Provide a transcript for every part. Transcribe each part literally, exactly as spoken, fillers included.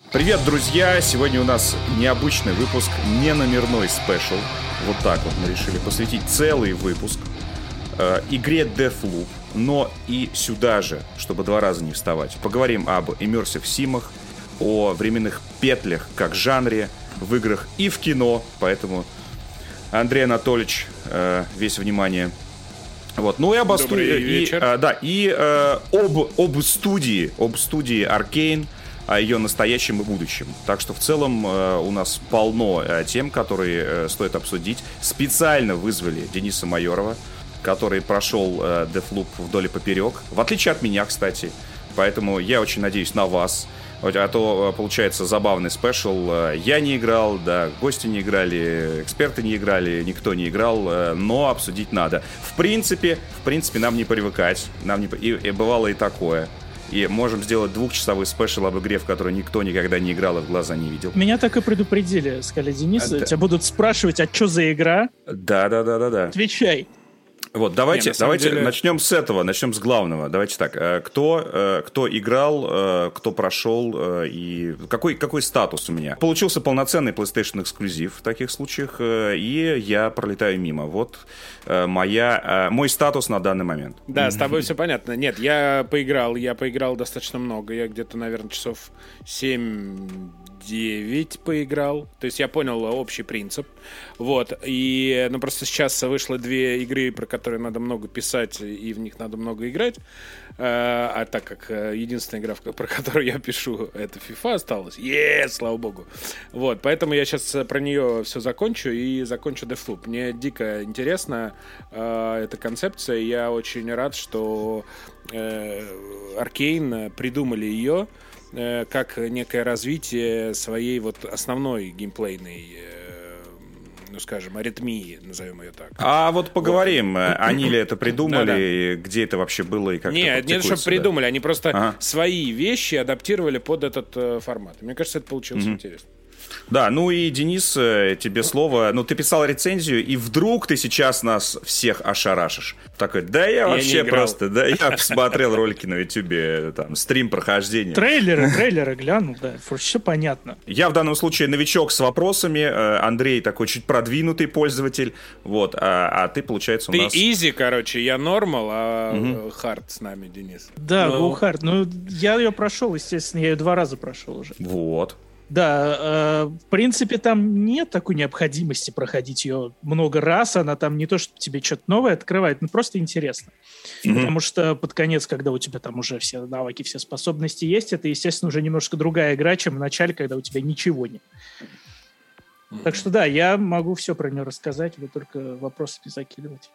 Привет, друзья! Сегодня у нас необычный выпуск, не номерной спешл. Вот так вот мы решили посвятить целый выпуск э, игре Deathloop, но и сюда же, чтобы два раза не вставать. Поговорим об immersive симах, о временных петлях как жанре в играх и в кино. Поэтому Андрей Анатольевич, э, весь внимание. Вот. Ну и об студии, и, э, да, и э, об, об студии, об студии Arkane, о ее настоящем и будущем. Так что в целом э, у нас полно э, тем, которые э, стоит обсудить. Специально вызвали Дениса Майорова, который прошел э, Deathloop вдоль и поперек. В отличие от меня, кстати. Поэтому я очень надеюсь на вас. А то получается забавный спешл. Я не играл, да, гости не играли, эксперты не играли, никто не играл, но обсудить надо. В принципе, в принципе, нам не привыкать. Нам не... И, и бывало и такое. И можем сделать двухчасовой спешл об игре, в которой никто никогда не играл и в глаза не видел. Меня так и предупредили, сказали: Денис, а, тебя да. будут спрашивать, а что за игра? Да-да-да-да-да. Отвечай. Вот, давайте, Не, давайте деле... начнем с этого, начнем с главного. Давайте так, кто, кто играл, кто прошел и какой, какой статус у меня? Получился полноценный PlayStation эксклюзив в таких случаях, и я пролетаю мимо. Вот моя, мой статус на данный момент. Да, mm-hmm. с тобой все понятно. Нет, я поиграл, я поиграл достаточно много, я где-то, наверное, часов семь-девять поиграл. То есть я понял общий принцип. Вот. И, ну, просто сейчас вышло две игры, про которые надо много писать, и в них надо много играть. А, а так как единственная игра, про которую я пишу, это FIFA осталась. Е, слава богу. Вот. Поэтому я сейчас про нее все закончу и закончу Deathloop. Мне дико интересна э, эта концепция. Я очень рад, что э, Arkane придумали ее как некое развитие своей вот основной геймплейной, ну скажем, аритмии, назовем ее так. А вот поговорим, вот. Они ли это придумали, да-да. Где это вообще было и как Нет, это нет, чтобы придумали, они просто ага. свои вещи адаптировали под этот э, формат. Мне кажется, это получилось mm-hmm. интересно. Да, ну и, Денис, тебе слово. Ну, ты писал рецензию, и вдруг ты сейчас нас всех ошарашишь. Такой, да я, я вообще просто, да, я посмотрел ролики на ютубе, там, стрим прохождения. Трейлеры, трейлеры глянул, да, все понятно. Я в данном случае новичок с вопросами, Андрей такой чуть продвинутый пользователь, вот, а, а ты, получается, у ты нас... Ты изи, короче, я нормал, а хард угу. с нами, Денис. Да, go hard, ну, я ее прошел, естественно, я ее два раза прошел уже. Вот. Да, э, в принципе, там нет такой необходимости проходить ее много раз. Она там не то, что тебе что-то новое открывает, но просто интересно. Mm-hmm. Потому что под конец, когда у тебя там уже все навыки, все способности есть, это, естественно, уже немножко другая игра, чем в начале, когда у тебя ничего нет. Mm-hmm. Так что да, я могу все про нее рассказать, вы только вопросами закидывать.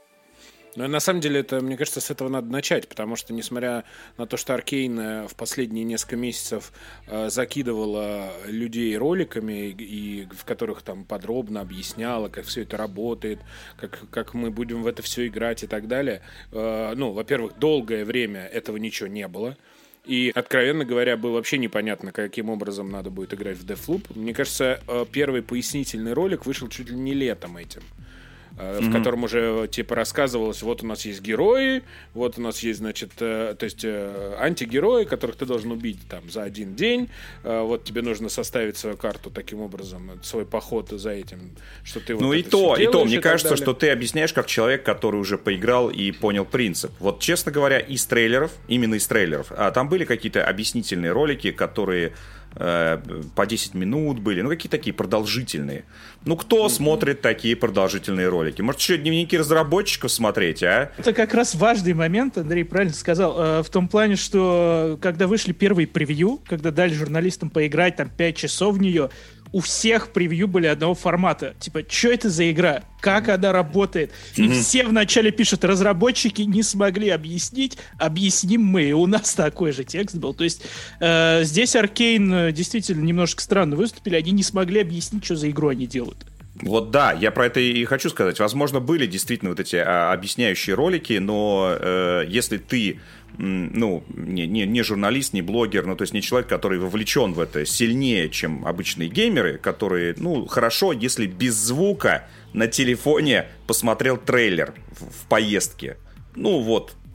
Но на самом деле, это, мне кажется, с этого надо начать, потому что, несмотря на то, что Arkane в последние несколько месяцев э, закидывала людей роликами, и в которых там подробно объясняла, как все это работает, как, как мы будем в это все играть и так далее, э, ну, во-первых, долгое время этого ничего не было. И, откровенно говоря, было вообще непонятно, каким образом надо будет играть в Deathloop. Мне кажется, первый пояснительный ролик вышел чуть ли не летом этим. В mm-hmm. котором уже типа рассказывалось, вот у нас есть герои, вот у нас есть, значит, э, то есть э, антигерои, которых ты должен убить там за один день, э, вот тебе нужно составить свою карту таким образом, свой поход за этим, что ты вот ну это и то, и то, мне и кажется, далее. Что ты объясняешь как человек, который уже поиграл и понял принцип. Вот, честно говоря, из трейлеров, именно из трейлеров, а там были какие-то объяснительные ролики, которые э, по десять минут были, ну какие такие продолжительные. Ну кто mm-hmm. смотрит такие продолжительные ролики? Может, еще дневники разработчиков смотреть, а? Это как раз важный момент, Андрей правильно сказал, э, в том плане, что когда вышли первые превью, когда дали журналистам поиграть там пять часов в нее, у всех превью были одного формата. Типа, что это за игра? Как она работает? И mm-hmm. все вначале пишут, разработчики не смогли объяснить, объясним мы. И у нас такой же текст был. То есть э, здесь Arkane действительно немножко странно выступили. Они не смогли объяснить, что за игру они делают. Вот да, я про это и хочу сказать. Возможно, были действительно вот эти а, объясняющие ролики, но э, если ты ну, не, не, не журналист, не блогер, ну, то есть не человек, который вовлечен в это сильнее, чем обычные геймеры, которые, ну, хорошо, если без звука на телефоне посмотрел трейлер в, в поездке. Ну, вот,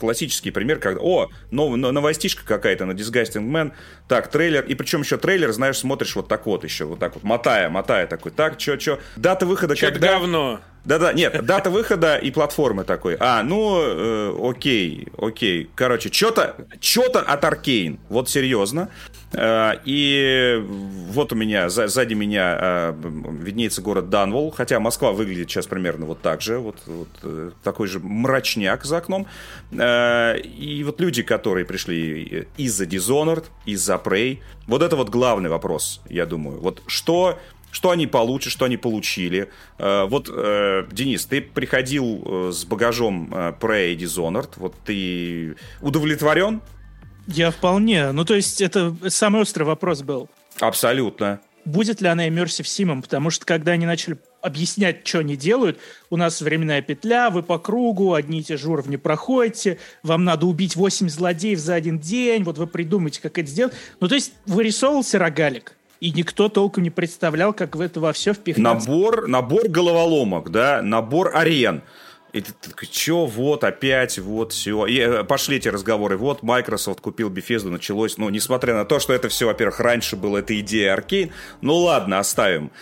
классический пример, когда, о, нов, новостишка какая-то на Disgusting Man, так, трейлер, и причем еще трейлер, знаешь, смотришь вот так вот еще, вот так вот, мотая, мотая такой, так, чё, чё, дата выхода Чё-то когда? говно. Да-да, нет, дата выхода и платформы такой. А, ну, э, окей, окей. Короче, что-то что-то от Arkane, вот серьезно. Э, и вот у меня, за, сзади меня э, виднеется город Данвол, хотя Москва выглядит сейчас примерно вот так же, вот, вот э, такой же мрачняк за окном. Э, и вот люди, которые пришли из-за Dishonored, из-за Prey, вот это вот главный вопрос, я думаю. Вот что... Что они получат, что они получили. Э, вот, э, Денис, ты приходил э, с багажом э, Prey и Dishonored. Вот ты удовлетворен? Я вполне. Ну, то есть, это самый острый вопрос был. Абсолютно. Будет ли она Immersive Sim'ом? Потому что, когда они начали объяснять, что они делают, у нас временная петля, вы по кругу, одни и те же уровни проходите, вам надо убить восемь злодеев за один день, вот вы придумаете, как это сделать. Ну, то есть, вырисовывался рогалик. И никто толком не представлял, как в это во все впихнется. Набор, набор головоломок, да, набор арен. И ты такой, чё, вот, опять, вот, все. И пошли эти разговоры. Вот, Microsoft купил Bethesda, началось. Ну, несмотря на то, что это все, во-первых, раньше была эта идея Arkane. Ну, ладно, оставим.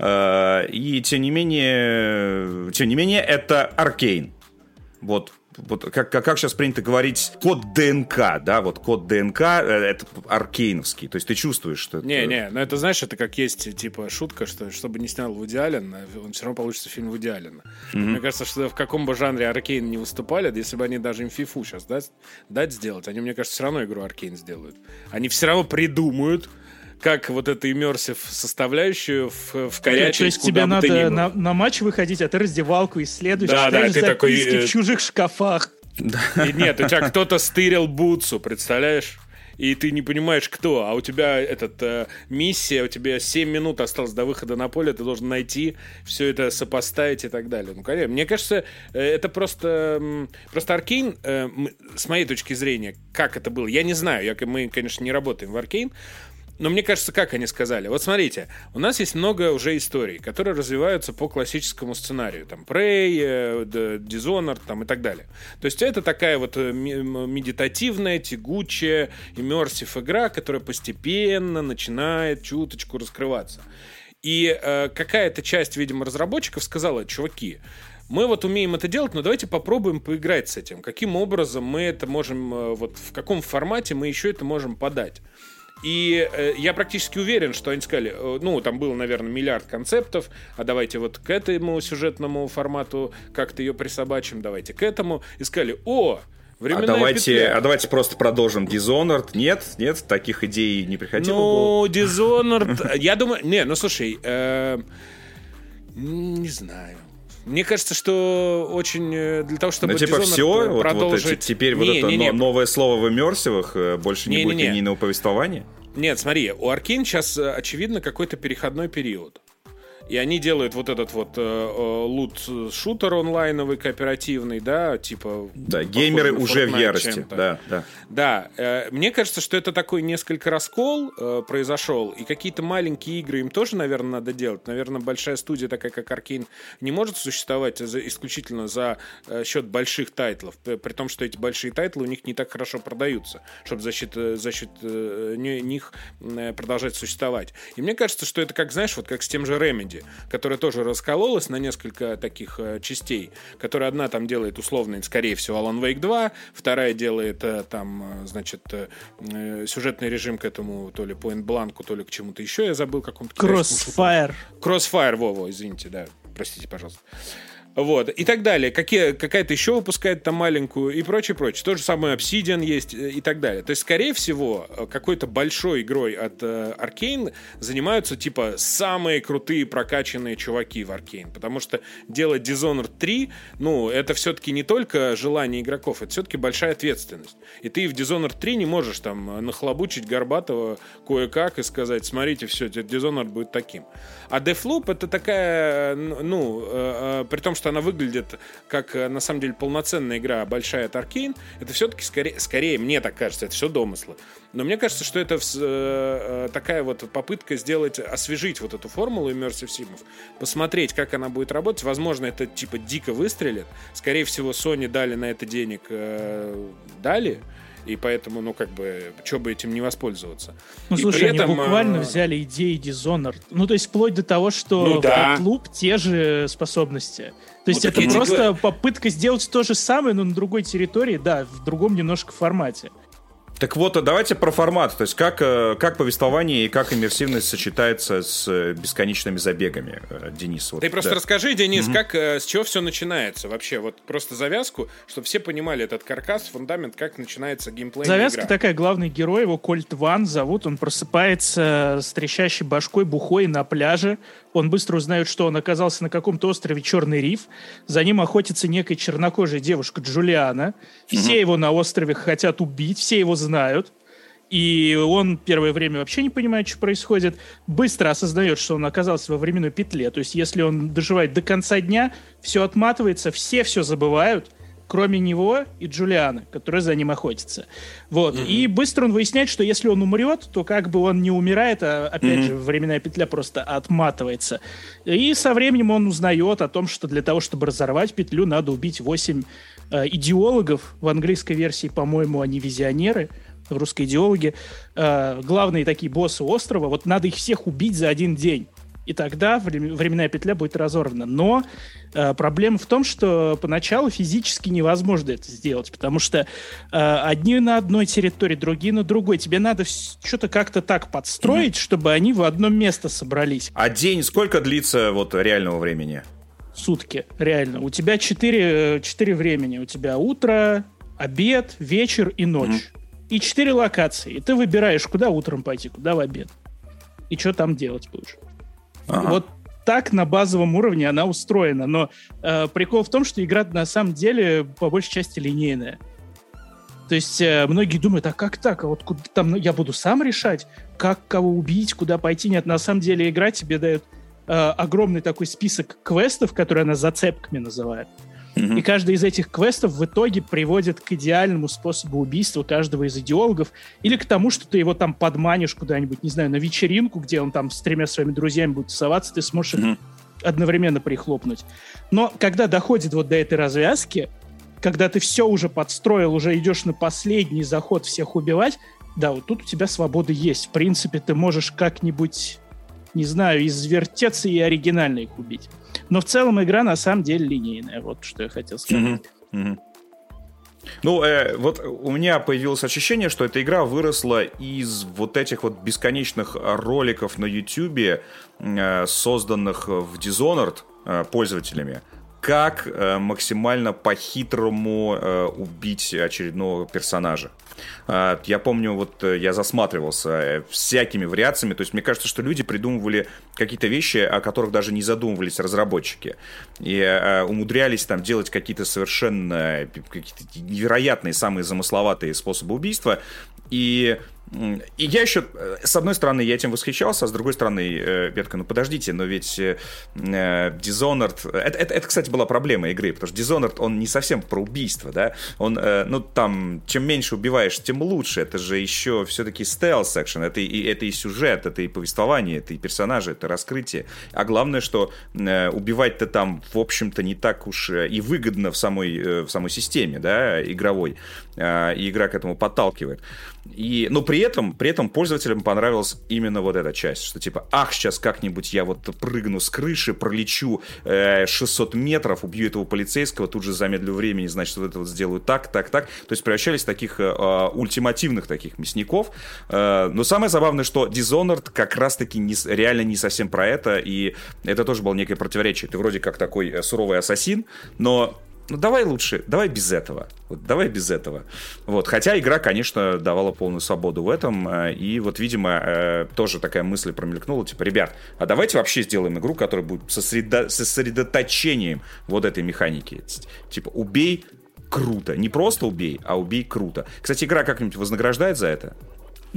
И, тем не менее, тем не менее, это Arkane. Вот. Вот как, как, как сейчас принято говорить, код ДНК, да, вот код ДНК, это аркейновский, то есть ты чувствуешь, что это... Не-не, ну это, знаешь, это как есть, типа, шутка, что чтобы не снял Вуди Аллен, он все равно получится фильм Вуди Аллена. Mm-hmm. Мне кажется, что в каком бы жанре Аркейн не выступали, если бы они даже им фифу сейчас дать, дать сделать, они, мне кажется, все равно игру Аркейн сделают. Они все равно придумают, как вот эту immersive составляющую в, вкорячить. То есть тебе надо на, на матч выходить, а ты раздевалку исследуешь, да, читаешь да, ты записки такой, в чужих шкафах. И нет, у тебя кто-то стырил бутсу, представляешь? И ты не понимаешь, кто. А у тебя этот, э, миссия, у тебя семь минут осталось до выхода на поле, ты должен найти, все это сопоставить и так далее. Ну, конечно, мне кажется, э, это просто... Э, просто Arkane, э, с моей точки зрения, как это было, я не знаю. Я, мы, конечно, не работаем в Arkane. Но мне кажется, как они сказали. Вот смотрите, у нас есть много уже историй, которые развиваются по классическому сценарию. Там Prey, Dishonored там, и так далее. То есть это такая вот медитативная, тягучая, immersive игра, которая постепенно начинает чуточку раскрываться. И э, какая-то часть, видимо, разработчиков сказала: чуваки, мы вот умеем это делать, но давайте попробуем поиграть с этим. Каким образом мы это можем, вот в каком формате мы еще это можем подать. И э, я практически уверен, что они сказали, э, ну, там было, наверное, миллиард концептов, а давайте вот к этому сюжетному формату как-то ее присобачим, давайте к этому. И сказали, о, временная а давайте, петля. А давайте просто продолжим Dishonored. Нет, нет, таких идей не приходило. Ну, Dishonored, я думаю, не, ну, слушай, э, не знаю. Мне кажется, что очень для того, чтобы ну, типа Dishonored все, продолжить... вот, вот, теперь не, вот это не, не. новое слово в иммерсивах больше не, не будет не, не. линейного повествования? Нет, смотри, у Arkane сейчас, очевидно, какой-то переходной период. И они делают вот этот вот э, лут-шутер онлайновый, кооперативный, да, типа... Да, геймеры уже в ярости, да, да. Да, э, мне кажется, что это такой несколько раскол э, произошел, и какие-то маленькие игры им тоже, наверное, надо делать. Наверное, большая студия, такая как Arkane, не может существовать за, исключительно за э, счет больших тайтлов, при том, что эти большие тайтлы у них не так хорошо продаются, чтобы за счет, за счет э, них э, продолжать существовать. И мне кажется, что это как, знаешь, вот как с тем же Remedy, которая тоже раскололась на несколько таких э, частей, которая одна там делает условно, скорее всего, Alan Wake два, вторая делает э, там, э, значит, э, сюжетный режим к этому, то ли Point Blank, то ли к чему-то еще, я забыл, какому-то... Crossfire. Crossfire, Вова, извините, да, простите, пожалуйста. Вот, и так далее. Какие, какая-то еще выпускает там маленькую и прочее, прочее. То же самое Obsidian есть и так далее. То есть, скорее всего, какой-то большой игрой от э, Arkane занимаются, типа, самые крутые прокачанные чуваки в Arkane. Потому что делать Dishonored три, ну, это все-таки не только желание игроков, это все-таки большая ответственность. И ты в Dishonored три не можешь там нахлобучить Горбатова кое-как и сказать, смотрите, все, Dishonored будет таким. А Deathloop это такая, ну, э, э, при том, что что она выглядит как, на самом деле, полноценная игра большая от Arkane, это все-таки скорее, скорее, мне так кажется, это все домыслы. Но мне кажется, что это э, такая вот попытка сделать, освежить вот эту формулу Immersive Sim'ов, посмотреть, как она будет работать. Возможно, это типа дико выстрелит. Скорее всего, Sony дали на это денег, э, дали. И поэтому, ну, как бы, что бы этим не воспользоваться. Ну, и слушай, этом, они буквально а... взяли идеи Dishonored. Ну, то есть, вплоть до того, что ну, да. в Deathloop те же способности. То есть, ну, это просто говорю... попытка сделать то же самое, но на другой территории, да, в другом немножко формате. Так вот, давайте про формат. То есть, как, как повествование и как иммерсивность сочетается с бесконечными забегами, Денис. Вот, Ты просто да. расскажи, Денис, угу. как, с чего все начинается вообще? Вот просто завязку, чтобы все понимали этот каркас, фундамент, как начинается геймплей. Завязка игра. такая, главный герой, его Кольт Ван зовут, он просыпается с трещащей башкой, бухой на пляже. Он быстро узнает, что он оказался на каком-то острове Черный Риф. За ним охотится некая чернокожая девушка Джулиана. Все угу. его на острове хотят убить, все его знают. И он первое время вообще не понимает, что происходит. Быстро осознает, что он оказался во временной петле. То есть если он доживает до конца дня, все отматывается, все все забывают, кроме него и Джулианы, которая за ним охотится. Вот. Mm-hmm. И быстро он выясняет, что если он умрет, то как бы он не умирает, а опять mm-hmm. же временная петля просто отматывается. И со временем он узнает о том, что для того, чтобы разорвать петлю, надо убить восемь э, идеологов. В английской версии, по-моему, они визионеры, в русской идеологи. Э, главные такие боссы острова. Вот надо их всех убить за один день. И тогда временная петля будет разорвана. Но э, проблема в том, что поначалу физически невозможно это сделать, потому что э, одни на одной территории, другие на другой. Тебе надо что-то как-то так подстроить, mm-hmm. чтобы они в одно место собрались. А день сколько длится вот реального времени? Сутки, реально. У тебя четыре, четыре времени. У тебя утро, обед, вечер и ночь. Mm-hmm. И четыре локации. И ты выбираешь, куда утром пойти, куда в обед. И что там делать будешь. Ага. Вот так на базовом уровне она устроена. Но э, прикол в том, что игра на самом деле по большей части линейная. То есть э, многие думают, а как так? А вот куда там я буду сам решать, как кого убить, куда пойти? Нет, на самом деле игра тебе дает э, огромный такой список квестов, которые она зацепками называет. Mm-hmm. И каждый из этих квестов в итоге приводит к идеальному способу убийства каждого из идеологов или к тому, что ты его там подманишь куда-нибудь, не знаю, на вечеринку, где он там с тремя своими друзьями будет тусоваться, ты сможешь mm-hmm. их одновременно прихлопнуть. Но когда доходит вот до этой развязки, когда ты все уже подстроил, уже идешь на последний заход всех убивать, да, вот тут у тебя свобода есть. В принципе, ты можешь как-нибудь, не знаю, извертеться и оригинально их убить. Но в целом игра на самом деле линейная. Вот что я хотел сказать. Mm-hmm. Mm-hmm. Ну, э, вот у меня появилось ощущение, что эта игра выросла из вот этих вот бесконечных роликов на YouTube, э, созданных в Dishonored э, пользователями, как э, максимально по-хитрому э, убить очередного персонажа. Э, я помню, вот э, я засматривался э, всякими вариациями, то есть мне кажется, что люди придумывали какие-то вещи, о которых даже не задумывались разработчики, и э, умудрялись там делать какие-то совершенно какие-то невероятные, самые замысловатые способы убийства, и И я еще, с одной стороны, я этим восхищался, а с другой стороны, я такой, ну подождите, но ведь Dishonored... Это, это, это, кстати, была проблема игры, потому что Dishonored, он не совсем про убийство, да? Он, ну там, чем меньше убиваешь, тем лучше. Это же еще все-таки стелс-экшен, это и, это и сюжет, это и повествование, это и персонажи, это раскрытие. А главное, что убивать-то там, в общем-то, не так уж и выгодно в самой, в самой системе, да, игровой. И игра к этому подталкивает. И, но при этом, при этом пользователям понравилась именно вот эта часть, что типа, ах, сейчас как-нибудь я вот прыгну с крыши, пролечу э, шестьсот метров, убью этого полицейского, тут же замедлю времени, значит, вот это вот сделаю так, так, так. То есть превращались в таких э, ультимативных таких мясников. Э, но самое забавное, что Dishonored как раз-таки не, реально не совсем про это, и это тоже было некое противоречие. Ты вроде как такой суровый ассасин, но... Ну, давай лучше, давай без этого. Вот, давай без этого. Вот. Хотя игра, конечно, давала полную свободу в этом. И вот, видимо, тоже такая мысль промелькнула. Типа, ребят, а давайте вообще сделаем игру, которая будет сосредо- сосредоточением вот этой механики. Типа, убей круто. Не просто убей, а убей круто. Кстати, игра как-нибудь вознаграждает за это?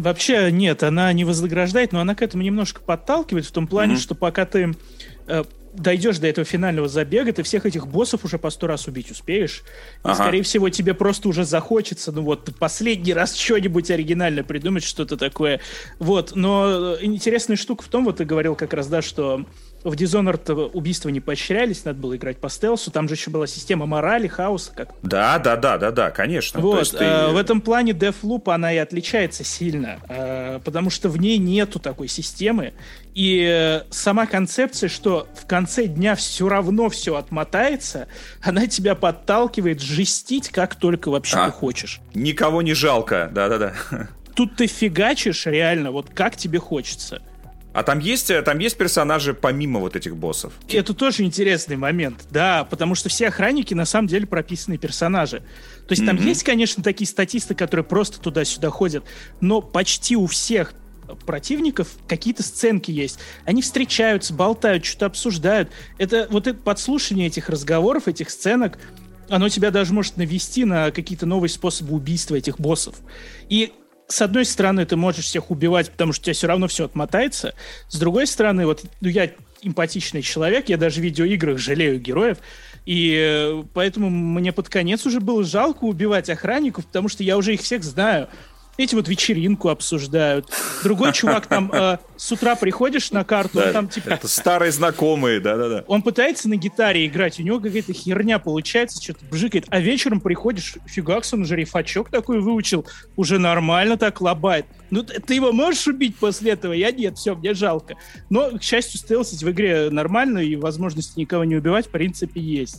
Вообще нет, она не вознаграждает, но она к этому немножко подталкивает в том плане, mm-hmm. что пока ты... дойдешь до этого финального забега, ты всех этих боссов уже по сто раз убить успеешь. И, ага. скорее всего, тебе просто уже захочется, ну вот, последний раз что-нибудь оригинально придумать, что-то такое. Вот, но интересная штука в том, вот ты говорил как раз, да, что в Dishonored убийства не поощрялись, надо было играть по стелсу, там же еще была система морали, хаоса. Как... Да, да, да, да, да, конечно. Вот, То есть ты... э, в этом плане Deathloop, она и отличается сильно, э, потому что в ней нету такой системы, и э, сама концепция, что в конце дня все равно все отмотается, она тебя подталкивает жестить, как только вообще а, ты хочешь. Никого не жалко, да-да-да. Тут ты фигачишь реально, вот как тебе хочется. А там есть, там есть персонажи помимо вот этих боссов? Это тоже интересный момент, да, потому что все охранники на самом деле прописанные персонажи. То есть mm-hmm. там есть, конечно, такие статисты, которые просто туда-сюда ходят, но почти у всех противников какие-то сценки есть. Они встречаются, болтают, что-то обсуждают. Это вот это подслушивание этих разговоров, этих сценок, оно тебя даже может навести на какие-то новые способы убийства этих боссов. И с одной стороны, ты можешь всех убивать, потому что у тебя все равно все отмотается. С другой стороны, вот ну, я эмпатичный человек, я даже в видеоиграх жалею героев, и э, поэтому мне под конец уже было жалко убивать охранников, потому что я уже их всех знаю. Эти вот вечеринку обсуждают. Другой чувак там э, с утра приходишь на карту, да, он там типа... Это старые знакомые, да-да-да. Он пытается на гитаре играть, у него какая-то херня получается, что-то бжикает, а вечером приходишь, фигакс, он уже рифачок такой выучил, уже нормально так лобает. Ну, ты его можешь убить после этого? Я нет, все, мне жалко. Но, к счастью, стелсить в игре нормально, и возможности никого не убивать, в принципе, есть.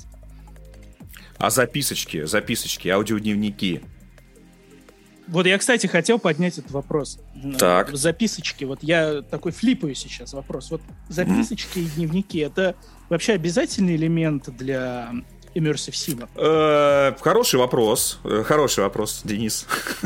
А записочки, записочки, аудиодневники? Вот я, кстати, хотел поднять этот вопрос. Так. Записочки. Вот я такой флипаю сейчас вопрос. Вот записочки mm. и дневники — это вообще обязательный элемент для Immersive Sim? Э, хороший вопрос. Хороший вопрос, Денис.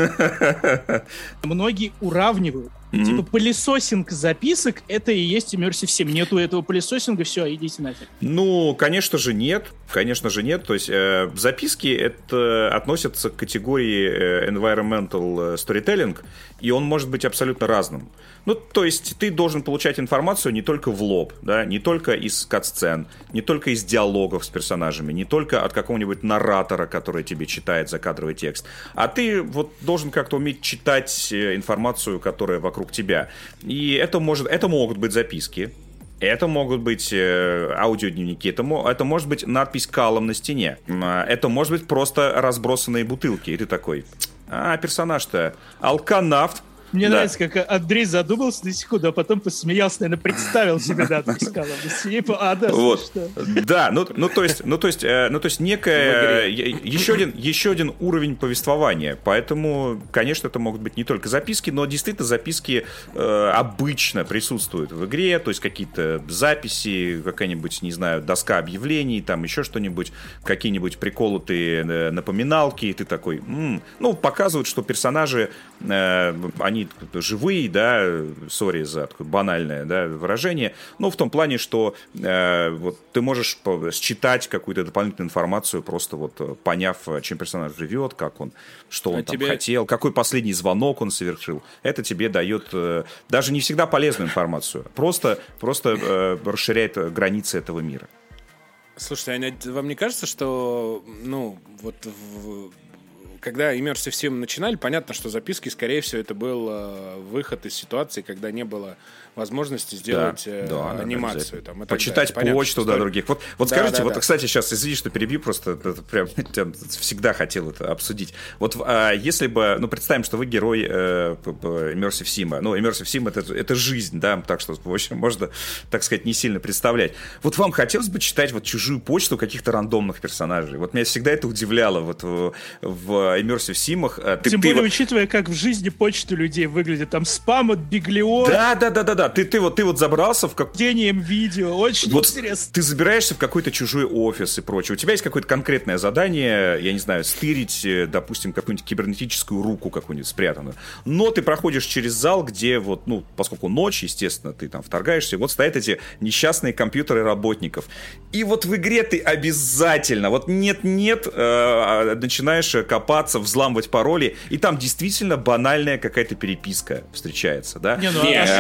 Многие уравнивают. Mm-hmm. Типа пылесосинг записок — это и есть Immersive Sim. Нету этого пылесосинга, все, идите нафиг. Ну, конечно же, нет. Конечно же, нет. То есть э, записки это относятся к категории э, environmental storytelling, и он может быть абсолютно разным. Ну, то есть ты должен получать информацию не только в лоб, да, не только из кат-сцен, не только из диалогов с персонажами, не только от какого-нибудь наратора, который тебе читает закадровый текст, а ты вот должен как-то уметь читать информацию, которая вокруг тебя. И это может, это могут быть записки, это могут быть э, аудиодневники, это, это может быть надпись калом на стене, это может быть просто разбросанные бутылки, и ты такой: а, персонаж-то алканавт. Мне да. нравится, как Андрей задумался на секунду, а потом посмеялся, наверное, представил себе надпись калом на стене. А, да, вот. Что? Да, ну, ну, то есть, ну, то есть, э, ну, то есть некая, еще один, еще один уровень повествования, поэтому, конечно, это могут быть не только записки, но действительно записки э, обычно присутствуют в игре, то есть какие-то записи, какая-нибудь, не знаю, доска объявлений, там еще что-нибудь, какие-нибудь приколотые напоминалки, и ты такой, м-м", ну, показывают, что персонажи, э, они живые, да, сори за такое банальное, да, выражение, но в том плане, что э, вот ты можешь считать какую-то дополнительную информацию, просто вот поняв, чем персонаж живет, как он, что он а там тебе... хотел, какой последний звонок он совершил. Это тебе дает э, даже не всегда полезную информацию, просто, просто э, расширяет границы этого мира. Слушайте, а вам не кажется, что, ну, вот в... когда Immersive Sim начинали, понятно, что записки, скорее всего, это был э, выход из ситуации, когда не было возможности сделать да, э, да, анимацию. Там, почитать понятно, почту, да, других. Вот, вот да, скажите, да, вот, да. кстати, сейчас, извини, что перебью, просто это, прям всегда хотел это обсудить. Вот а, если бы, ну, представим, что вы герой э, Immersive Sim, ну, Immersive Sim это, это жизнь, да, так что, в общем, можно, так сказать, не сильно представлять. Вот вам хотелось бы читать вот чужую почту каких-то рандомных персонажей? Вот меня всегда это удивляло, вот в, в Immersive Sim. Тем более, вот... учитывая, как в жизни почты людей выглядит, там спам от Биглион. Да, да, да, да, да. Ты, ты, вот, ты вот забрался в как... Дением видео, очень вот интересно. Ты забираешься в какой-то чужой офис и прочее. У тебя есть какое-то конкретное задание, я не знаю, стырить, допустим, какую-нибудь кибернетическую руку какую-нибудь спрятанную. Но ты проходишь через зал, где вот, ну, поскольку ночь, естественно, ты там вторгаешься, вот стоят эти несчастные компьютеры работников. И вот в игре ты обязательно, вот нет-нет, э, начинаешь копаться, взламывать пароли, и там действительно банальная какая-то переписка встречается, да? Не, ну, а шоколадки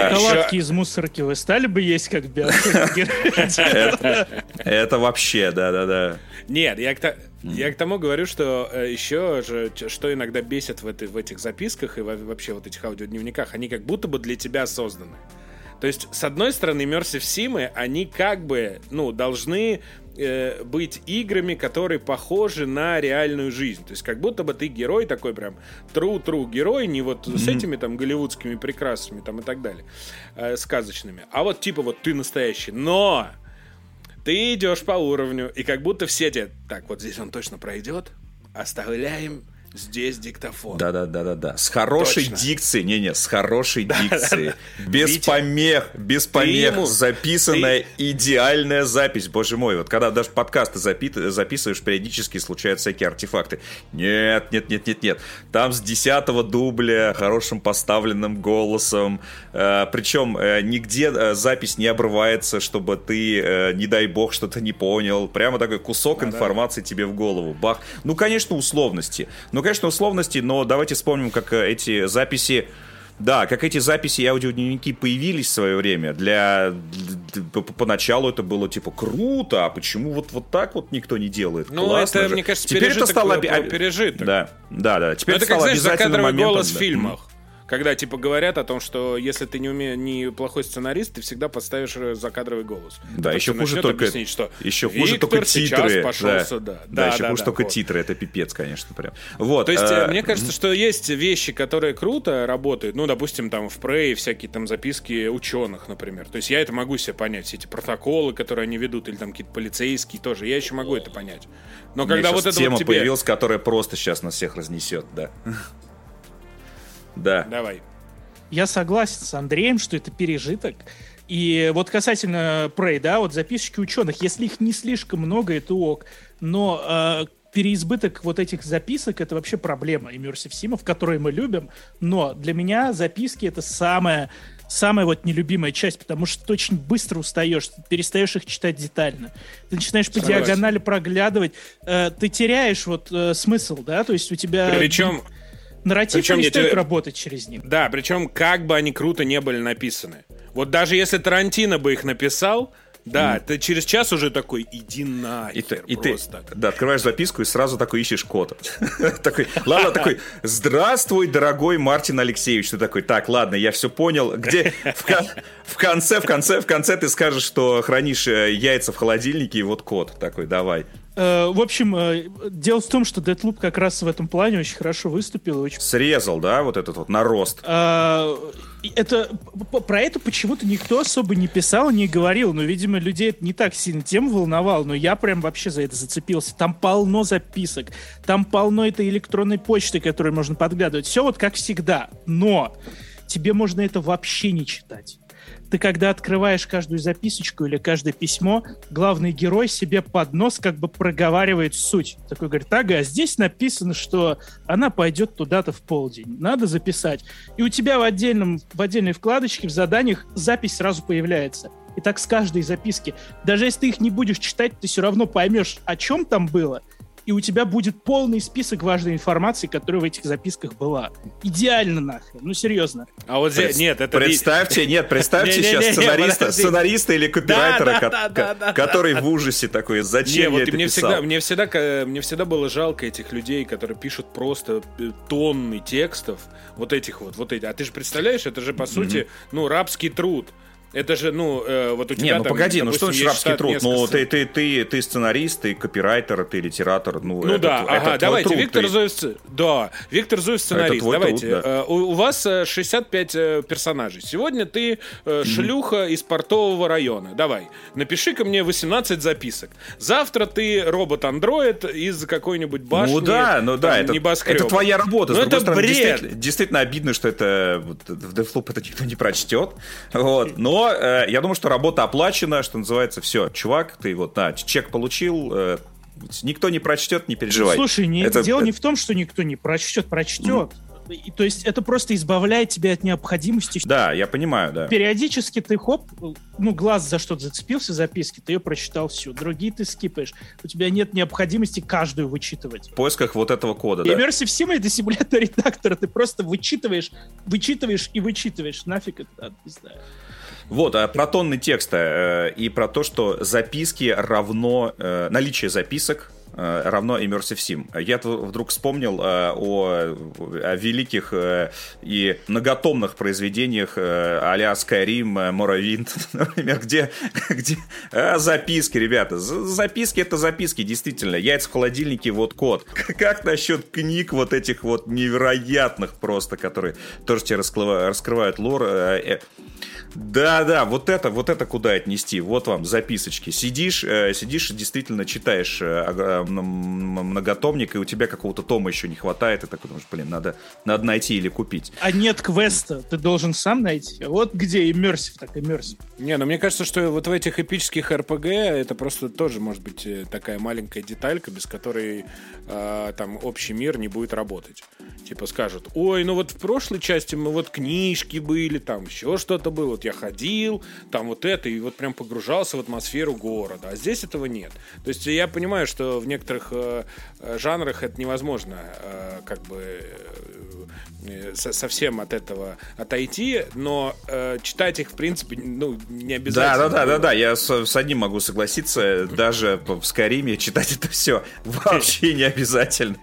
Яблоки из мусорки вы стали бы есть, как биохимики? Это вообще, да-да-да. Нет, я к, я к тому говорю, что э, еще же, что иногда бесит в, этой, в этих записках и вообще вот этих аудиодневниках, они как будто бы для тебя созданы. То есть, с одной стороны, Immersive Sim, они как бы, ну, должны э, быть играми, которые похожи на реальную жизнь. То есть, как будто бы ты герой такой прям true-true герой, не вот mm-hmm. с этими там голливудскими прекрасными там и так далее, э, сказочными. А вот типа вот ты настоящий. Но ты идешь по уровню, и как будто все те, так, вот здесь он точно пройдет, оставляем здесь диктофон. Да-да-да-да-да. С хорошей Точно. дикцией. Не-не, с хорошей дикцией. Без Витя, помех, без помех. ему, записанная ты... идеальная запись. Боже мой, вот когда даже подкасты запи- записываешь, периодически случаются всякие артефакты. Нет, нет, нет, нет, нет. Там с десятого дубля, хорошим поставленным голосом. Э, причем э, нигде э, запись не обрывается, чтобы ты, э, не дай бог, что-то не понял. Прямо такой кусок да, информации да. тебе в голову. Бах. Ну, конечно, условности. Ну, конечно, условности, но давайте вспомним, как эти записи, да, как эти записи и аудиодневники появились в свое время. Для, для поначалу это было типа круто, а почему вот, вот так вот никто не делает? Ну, классно это, же. мне кажется, теперь это стало пережиток. Да, да, да. Теперь это это как, стало знаешь, обязательным закадровый моментом. голос Да. в фильмах. Когда, типа, говорят о том, что если ты не уме... не плохой сценарист, ты всегда подставишь закадровый голос. Да, еще хуже только, объяснить, что еще хуже только титры. Пошел да. сюда. Да, Да, еще да, хуже да, только вот. титры, это пипец, конечно, прям. Вот. То есть, а... мне кажется, что есть вещи, которые круто работают. Ну, допустим, там в Prey всякие там записки ученых, например. То есть я это могу себе понять. Все эти протоколы, которые они ведут, или там какие-то полицейские тоже. Я еще могу это понять. Но когда вот эта тема вот тебе... появилась, которая просто сейчас нас всех разнесет, да. Да. Давай. Я согласен с Андреем, что это пережиток. И вот касательно Prey, да, вот записочки ученых, если их не слишком много, это ок. Но э, переизбыток вот этих записок — это вообще проблема Immersive Sim'ов, которые мы любим. Но для меня записки — это самая, самая вот нелюбимая часть, потому что ты очень быстро устаешь, ты перестаешь их читать детально. Ты начинаешь по Согласен. диагонали проглядывать, э, ты теряешь вот э, смысл, да, то есть у тебя... Причем... Нарратив Причем перестает тебе... работать через них. Да, причем как бы они круто не были написаны. Вот даже если Тарантино бы их написал, да, mm. ты через час уже такой, иди нахер, и ты, и просто. Ты, да, открываешь записку и сразу такой ищешь код. Такой, ладно, такой, здравствуй, дорогой Мартин Алексеевич. Ты такой, так, ладно, я все понял. Где в конце, в конце, в конце ты скажешь, что хранишь яйца в холодильнике, и вот код такой, давай. В общем, дело в том, что Deathloop как раз в этом плане очень хорошо выступил. Очень... Срезал, да, вот этот вот нарост. А, это, про это почему-то никто особо не писал, не говорил. Но, видимо, людей это не так сильно тем волновало. Но я прям вообще за это зацепился. Там полно записок. Там полно этой электронной почты, которую можно подглядывать. Все вот как всегда. Но тебе можно это вообще не читать. Ты когда открываешь каждую записочку или каждое письмо, главный герой себе под нос как бы проговаривает суть. Такой говорит, ага, а здесь написано, что она пойдет туда-то в полдень. Надо записать. И у тебя в, отдельном, в отдельной вкладочке, в заданиях запись сразу появляется. И так с каждой записки. Даже если ты их не будешь читать, ты все равно поймешь, о чем там было. И у тебя будет полный список важной информации, которая в этих записках была. Идеально нахрен, ну серьезно. А вот здесь, нет, это... Представьте, нет, представьте сейчас сценариста, сценариста или копирайтера, который в ужасе такой, зачем я это писал? Мне всегда, мне всегда было жалко этих людей, которые пишут просто тонны текстов, вот этих вот, вот эти. А ты же представляешь, это же по сути, ну, рабский труд. Это же, ну, э, вот у тебя. Не, ну там, погоди, допустим, ну что значит рабский труд? Ну, ты, ты, ты, ты сценарист, ты копирайтер, ты литератор. Ну, ну это, да, это ага, давайте, труд, Виктор ты... Зуев, да, Виктор Зуев сценарист, давайте. Труд, да. э, у, у вас шестьдесят пять э, персонажей. Сегодня ты э, шлюха mm-hmm. из портового района. Давай, напиши-ка мне восемнадцать записок. Завтра ты робот-андроид из какой-нибудь башни. Ну да, ну да, это, это твоя работа. Но С это стороны, бред. Действительно, действительно обидно, что это в Deathloop это никто не прочтет. Вот. Но э, я думаю, что работа оплачена, что называется, все, чувак, ты вот, на, чек получил, э, никто не прочтет, не переживай. Слушай, не, это, дело это... не в том, что никто не прочтет, прочтет. Mm-hmm. И, то есть это просто избавляет тебя от необходимости. Да, я понимаю, да. Периодически ты, хоп, ну, глаз за что-то зацепился в записке, ты ее прочитал всю. Другие ты скипаешь. У тебя нет необходимости каждую вычитывать. В поисках вот этого кода, и да. Immersive Sim — это симулятор редактора. Ты просто вычитываешь, вычитываешь и вычитываешь. Нафиг это надо, не знаю. Вот, а про тонны текста э, и про то, что записки равно... Э, наличие записок э, равно Immersive Sim. Я вдруг вспомнил э, о, о великих э, и многотомных произведениях э, а-ля Skyrim, Morrowind, например, где, где э, записки, ребята. Записки — это записки, действительно. Яйца в холодильнике, вот код. Как насчет книг вот этих вот невероятных просто, которые тоже тебе раскрывают лор? Э, Да-да, вот это, вот это куда отнести. Вот вам записочки. Сидишь, э, сидишь, действительно читаешь э, многотомник, и у тебя какого-то тома еще не хватает, и такой думаешь, блин, надо, надо найти или купить. А нет квеста, ты должен сам найти. Вот где иммерсив, так иммерсив. Не, ну мне кажется, что вот в этих эпических эр пи джи это просто тоже может быть такая маленькая деталька, без которой э, там общий мир не будет работать. Типа скажут, ой, ну вот в прошлой части мы вот книжки были, там еще что-то было. Я ходил, там вот это, и вот прям погружался в атмосферу города. А здесь этого нет. То есть я понимаю, что в некоторых э, жанрах это невозможно э, как бы э, совсем от этого отойти, но э, читать их, в принципе, ну, не обязательно. Да-да-да, я с, с одним могу согласиться. Даже в Скайриме читать это все вообще не обязательно.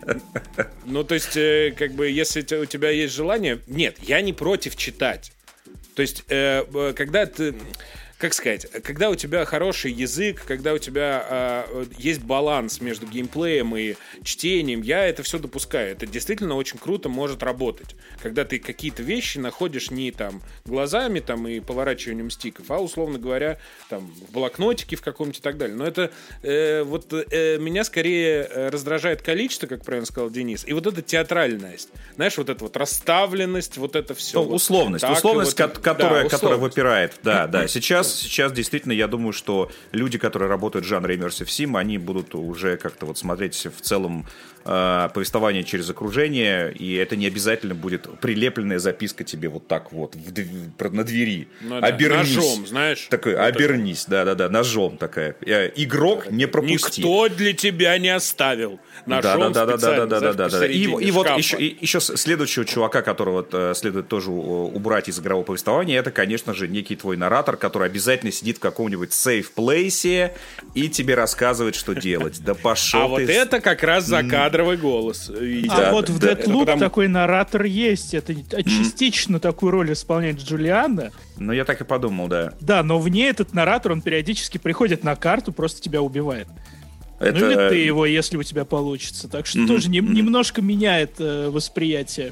Ну, то есть, э, как бы, если у тебя есть желание... Нет, я не против читать. То есть, э, когда ты, как сказать, когда у тебя хороший язык, когда у тебя э, есть баланс между геймплеем и чтением, я это все допускаю. Это действительно очень круто может работать. Когда ты какие-то вещи находишь не там глазами там, и поворачиванием стиков, а, условно говоря, там, в блокнотике в каком-то и так далее. Но это э, вот э, меня скорее раздражает количество, как правильно сказал Денис, и вот эта театральность. Знаешь, вот эта вот расставленность, вот это все. Ну, условность, вот условность, вот, которая, да, условность. которая выпирает. Да, да. Сейчас, сейчас действительно, я думаю, что люди, которые работают в жанре Immersive Sim, они будут уже как-то вот смотреть в целом э, повествование через окружение, и это не обязательно будет прилепленная записка тебе вот так вот в, на двери. Ну, да. Обернись. Ножом, знаешь. Такой, вот обернись, да-да-да, ножом такая. Игрок, да, не пропусти. Никто для тебя не оставил. Ножом да, да, специально, да, да, да, да, да. И, и вот шкафа. еще, и, еще следующего чувака, которого вот, следует тоже убрать из игрового повествования, это, конечно же, некий твой наратор, который обязательно сидит в каком-нибудь сейф-плейсе и тебе рассказывает, что делать. Да пошел А ты... вот это как раз закадровый голос. А да, вот в Deathloop потому... такой наратор есть. Это частично такую роль исполняет Джулиана. Ну, я так и подумал, да. Да, но вне этот наратор, он периодически приходит на карту, просто тебя убивает. Это... Ну или ты его, если у тебя получится. Так что mm-hmm. тоже не, немножко меняет э, восприятие.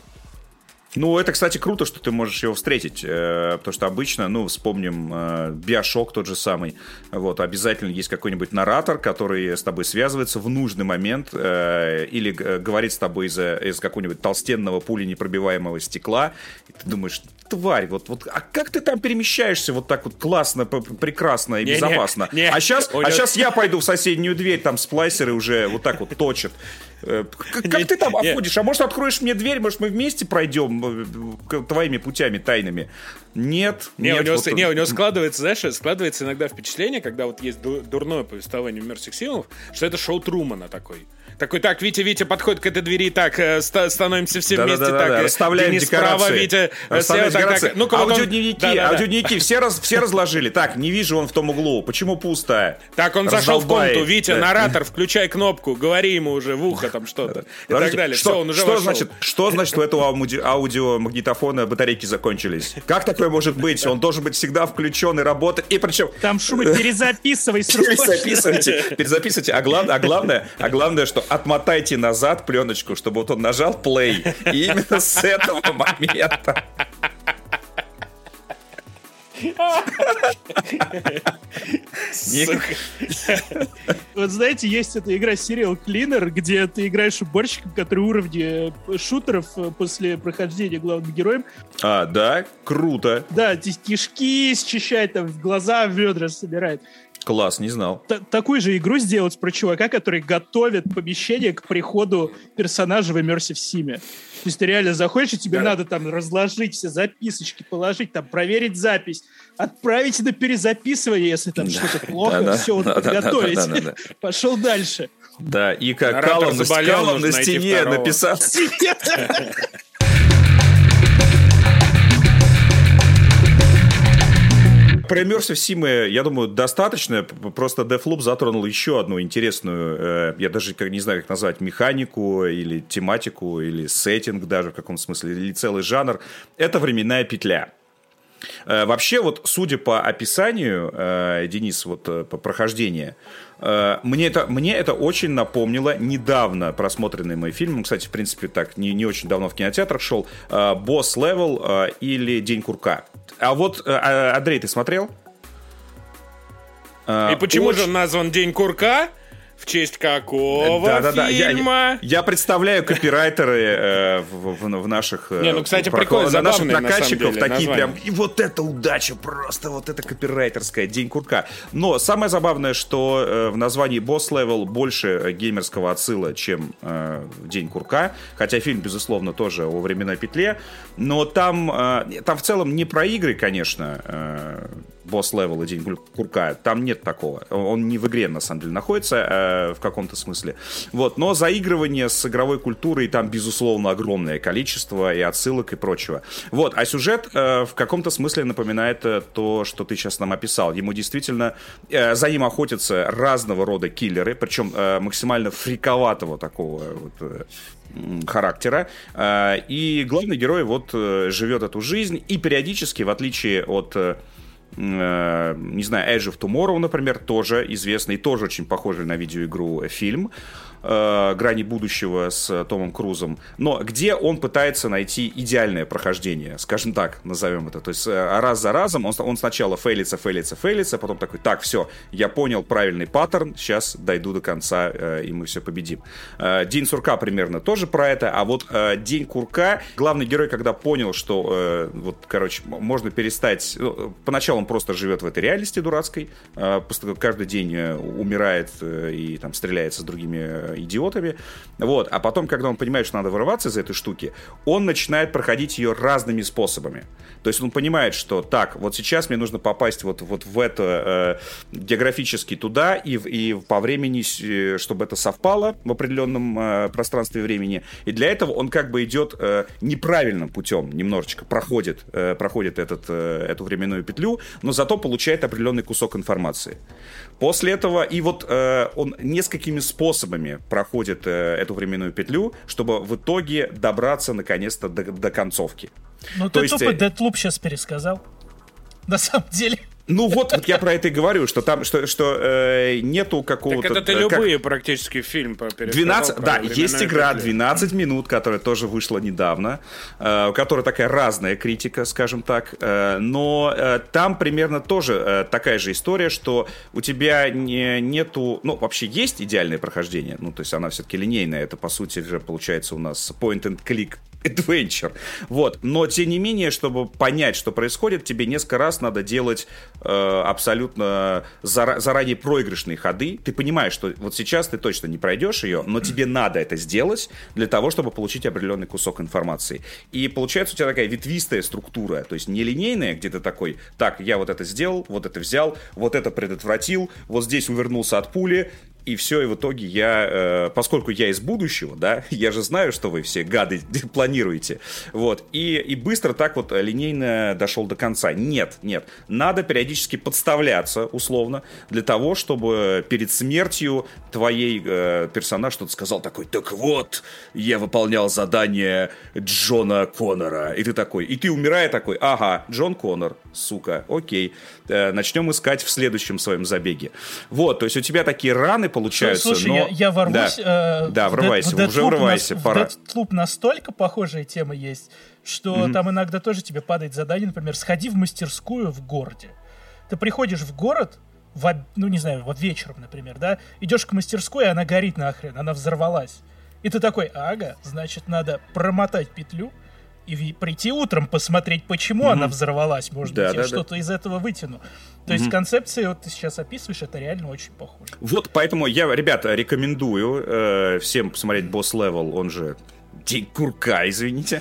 Ну, это, кстати, круто, что ты можешь его встретить, э, потому что обычно, ну, вспомним э, Биошок тот же самый, вот, обязательно есть какой-нибудь наратор, который с тобой связывается в нужный момент э, или г- говорит с тобой из, из какого-нибудь толстенного пуленепробиваемого стекла, и ты думаешь, тварь, вот, вот, а как ты там перемещаешься вот так вот классно, прекрасно и не, безопасно? Не, не, а, сейчас, а сейчас я пойду в соседнюю дверь, там сплайсеры уже вот так вот точат. Как, как ты там обходишь? А может, откроешь мне дверь, может, мы вместе пройдем твоими путями тайными? Нет. Не, нет, у, него, вот... не у него складывается, знаешь, складывается иногда впечатление, когда вот есть дурное повествование Immersive Sim, что это шоу Трумана такой. Такой, так, Витя, Витя подходит к этой двери, так, ст- становимся все вместе, да, да, так, да, расставляем Денис декорации. Справа, Витя, расставляем слева, декорации. Так, так. Ну-ка, аудиодневники, да, да, да. аудиодневники все, раз, все разложили. Так, не вижу, он в том углу. Почему пусто? Так, он зашел в комнату, Витя, да. Наратор, включай кнопку, говори ему уже в ухо там что-то. И так далее. Что, все, он уже что, вошел. значит, что значит у этого ауди- аудиомагнитофона батарейки закончились? Как такое может быть? Он должен быть всегда включен и работать. И причем... Там шумы перезаписывай. Перезаписывайте. Перезаписывайте. А главное, а главное, а главное, что отмотайте назад пленочку, чтобы вот он нажал play. И именно с этого момента. Вот знаете, есть эта игра Serial Cleaner, где ты играешь уборщиком, который уровни шутеров после прохождения главным героем. А, да? Круто. Да, кишки счищает, там, глаза в ведра собирает. Класс, не знал. Т- такую же игру сделать про чувака, который готовит помещение к приходу персонажа в Immersive Sim. То есть ты реально заходишь, и тебе да. надо там разложить все записочки, положить, там проверить запись, отправить на перезаписывание, если там да. что-то плохо, да, все, да, вот да, подготовить. Да, да, да, да. Пошел дальше. Да, и как Каллом на, на стене написал. Про Immersive Sim, я думаю, достаточно. Просто Deathloop затронул еще одну интересную, я даже не знаю, как назвать, механику или тематику, или сеттинг даже в каком смысле, или целый жанр. Это временная петля. Вообще, вот, судя по описанию, Денис, вот по прохождению, мне это, мне это очень напомнило недавно просмотренный мой фильм. Он, кстати, в принципе, так не, не очень давно в кинотеатрах шел. «Босс Левел» или «День курка». А вот, Андрей, ты смотрел? И почему очень... же он назван «День курка»? В честь какого да, да, да. фильма? Я, я представляю копирайтеры э, в, в, в наших... Не, ну, кстати, про, прикольно, забавный, наших прокатчиков, деле, такие название. прям... И вот это удача, просто вот это копирайтерская, День курка. Но самое забавное, что э, в названии Boss Level больше геймерского отсыла, чем э, День курка. Хотя фильм, безусловно, тоже о временной петле. Но там, э, там в целом не про игры, конечно, э, Boss Level и День курка. Там нет такого. Он не в игре, на самом деле, находится э, в каком-то смысле. Вот. Но заигрывание с игровой культурой там, безусловно, огромное количество и отсылок и прочего. Вот. А сюжет э, в каком-то смысле напоминает э, то, что ты сейчас нам описал. Ему действительно... Э, за ним охотятся разного рода киллеры, причем э, максимально фриковатого такого вот, э, характера. Э, и главный герой вот э, живет эту жизнь и периодически, в отличие от... Э, не знаю, Edge of Tomorrow, например, тоже известный, тоже очень похожий на видеоигру фильм «Грани будущего» с Томом Крузом, но где он пытается найти идеальное прохождение, скажем так, назовем это. То есть раз за разом он, он сначала фейлится, фейлится, фейлится, потом такой, так, все, я понял правильный паттерн, сейчас дойду до конца, и мы все победим. День сурка примерно тоже про это, а вот День курка, главный герой, когда понял, что, вот, короче, можно перестать... Поначалу он просто живет в этой реальности дурацкой, каждый день умирает и там стреляется с другими идиотами, вот, а потом, когда он понимает, что надо вырываться из этой штуки, он начинает проходить ее разными способами. То есть он понимает, что так, вот сейчас мне нужно попасть вот, вот в это э, географически туда и, и по времени, чтобы это совпало в определенном э, пространстве времени, и для этого он как бы идет э, неправильным путем, немножечко проходит, э, проходит этот, э, эту временную петлю, но зато получает определенный кусок информации. После этого, и вот э, он несколькими способами проходит э, эту временную петлю, чтобы в итоге добраться наконец-то до, до концовки. Ну ты тупо Deathloop сейчас пересказал. На самом деле. Ну вот, вот я про это и говорю, что там что, что э, нету какого-то... Так это ты э, любые как... практически фильм пересказал. двенадцать, да, есть игра двенадцать минут, которая тоже вышла недавно, э, у которой такая разная критика, скажем так, э, но э, там примерно тоже э, такая же история, что у тебя не, нету... Ну, вообще есть идеальное прохождение, ну, то есть она все-таки линейная, это, по сути, же получается у нас point-and-click adventure. Вот. Но, тем не менее, чтобы понять, что происходит, тебе несколько раз надо делать э, абсолютно зара- заранее проигрышные ходы. Ты понимаешь, что вот сейчас ты точно не пройдешь ее, но тебе надо это сделать для того, чтобы получить определенный кусок информации. И получается у тебя такая ветвистая структура, то есть не линейная, где ты такой, так, я вот это сделал, вот это взял, вот это предотвратил, вот здесь увернулся от пули, и все, и в итоге я, э, поскольку я из будущего, да, я же знаю, что вы все гады планируете, вот, и, и быстро так вот линейно дошел до конца. Нет, нет, надо периодически подставляться, условно, для того, чтобы перед смертью твоей э, персонаж что-то сказал такой, так вот, я выполнял задание Джона Коннора, и ты такой, и ты умирая такой, ага, Джон Коннор, сука, окей, э, начнем искать в следующем своем забеге. Вот, то есть у тебя такие раны получаются. Слушай, но... я, я ворвусь. Да, э, да врывайся, в уже врывайся, на, пора. В Deathloop настолько похожая тема есть, что mm-hmm. там иногда тоже тебе падает задание, например, сходи в мастерскую в городе. Ты приходишь в город, в, ну не знаю, вот вечером, например, да, идешь к мастерской, и она горит нахрен, она взорвалась. И ты такой, ага, значит, надо промотать петлю и прийти утром посмотреть, почему mm-hmm. она взорвалась. Может да, быть, да, я да. что-то из этого вытяну. То mm-hmm. есть концепция, вот ты сейчас описываешь, это реально очень похоже. Вот, поэтому я, ребята, рекомендую э, всем посмотреть Boss Level, он же День курка, извините.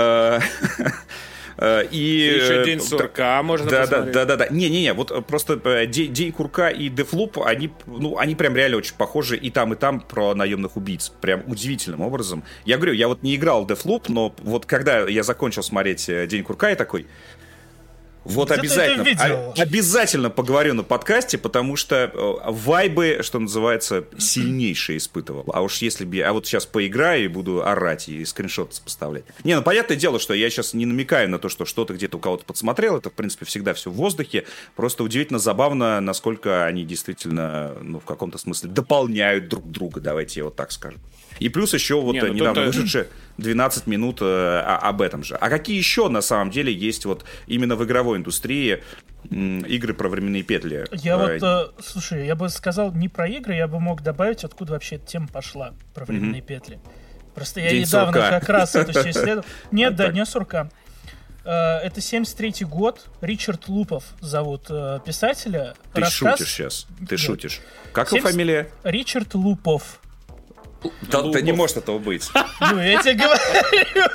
И еще День сурка можно да, посмотреть. Да, да, да, да. Не-не-не, вот просто День, День курка и Deathloop, они, ну, они прям реально очень похожи и там, и там про наемных убийц. Прям удивительным образом. Я говорю, я вот не играл в Deathloop, но вот когда я закончил смотреть День курка, я такой... Вот обязательно, а, обязательно поговорю на подкасте, потому что э, вайбы, что называется, сильнейшие испытывал. А уж если бы я а вот сейчас поиграю и буду орать и скриншоты поставлять. Не, ну понятное дело, что я сейчас не намекаю на то, что что-то где-то у кого-то подсмотрел. Это, в принципе, всегда все в воздухе. Просто удивительно забавно, насколько они действительно, ну, в каком-то смысле дополняют друг друга, давайте я вот так скажу. И плюс еще вот не, ну, недавно то-то... вышедшие двенадцать минут э, об этом же. А какие еще на самом деле есть вот именно в игровой индустрии м, игры про временные петли? Я э, вот, э, слушай, я бы сказал не про игры, я бы мог добавить, откуда вообще эта тема пошла про временные mm-hmm. петли. Просто я День недавно сурка. Как раз это все исследовал. Нет, да, не сурка. Это семьдесят третий год. Ричард Лупов зовут писателя. Ты шутишь сейчас. Ты шутишь. Как его фамилия? Ричард Лупов. Да, да не может этого быть. Ну, я тебе говорю.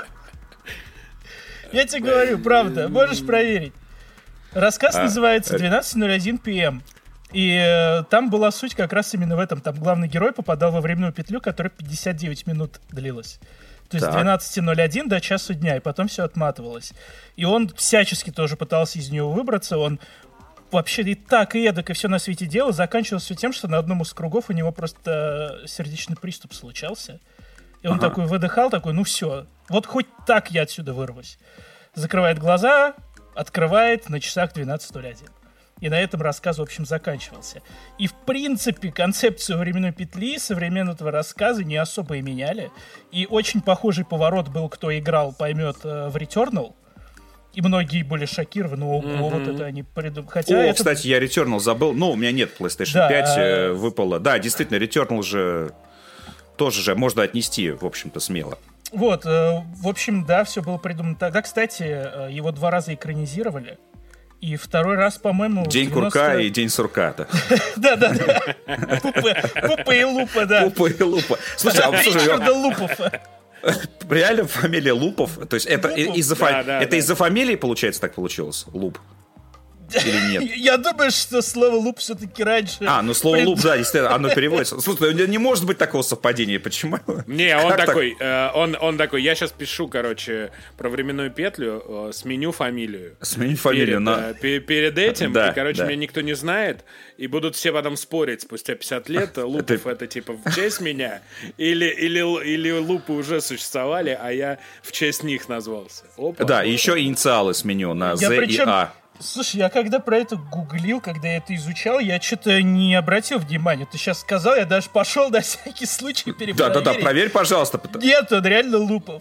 Я тебе говорю, правда. Можешь проверить. Рассказ а, называется двенадцать ноль один пи эм. И э, там была суть как раз именно в этом. Там главный герой попадал во временную петлю, которая пятьдесят девять минут длилась. То есть с двенадцати ноль один до часу дня, и потом все отматывалось. И он всячески тоже пытался из нее выбраться. Он вообще и так, и эдак, и все на свете делал. Заканчивалось все тем, что на одном из кругов у него просто сердечный приступ случался. И он ага. такой выдыхал, такой, ну все, вот хоть так я отсюда вырвусь. Закрывает глаза, открывает на часах двенадцать ноль один. И на этом рассказ, в общем, заканчивался. И, в принципе, концепцию временной петли современного рассказа не особо и меняли. И очень похожий поворот был, кто играл, поймет, э, в Returnal. И многие были шокированы, ого, mm-hmm. вот это они придумали. Хотя О, это... кстати, я Returnal забыл. Ну, у меня нет PlayStation да, пять, а... выпало. Да, действительно, Returnal же тоже же можно отнести, в общем-то, смело. Вот, э, в общем, да, все было придумано тогда. Кстати, его два раза экранизировали. И второй раз, по-моему... День девяносто... курка и день сурка-то. Да-да-да. Пупа и Лупа, да. Пупа и Лупа. Слушай, а Ричарда Лупов. Реально фамилия Лупов? То есть это из-за это из-за фамилии, получается, так получилось? Луп? Или нет? Я думаю, что слово «луп» все-таки раньше... А, ну слово «луп», да, действительно, оно переводится. Слушай, не может быть такого совпадения, почему? Не, он такой, э, он, он такой, я сейчас пишу, короче, про временную петлю, э, сменю фамилию. Сменю фамилию, перед, но... э, перед, перед этим, да, и, короче, да. меня никто не знает, и будут все потом спорить спустя пятьдесят лет, Лупов это типа в честь меня, или, или, или Лупы уже существовали, а я в честь них назвался. Опа, да, опа. И еще инициалы сменю на я З причем... и А. Слушай, я когда про это гуглил, когда я это изучал, я что-то не обратил внимания. Ты сейчас сказал, я даже пошел на всякий случай перепроверить. Да-да-да, проверь, пожалуйста. Нет, он реально Лупов.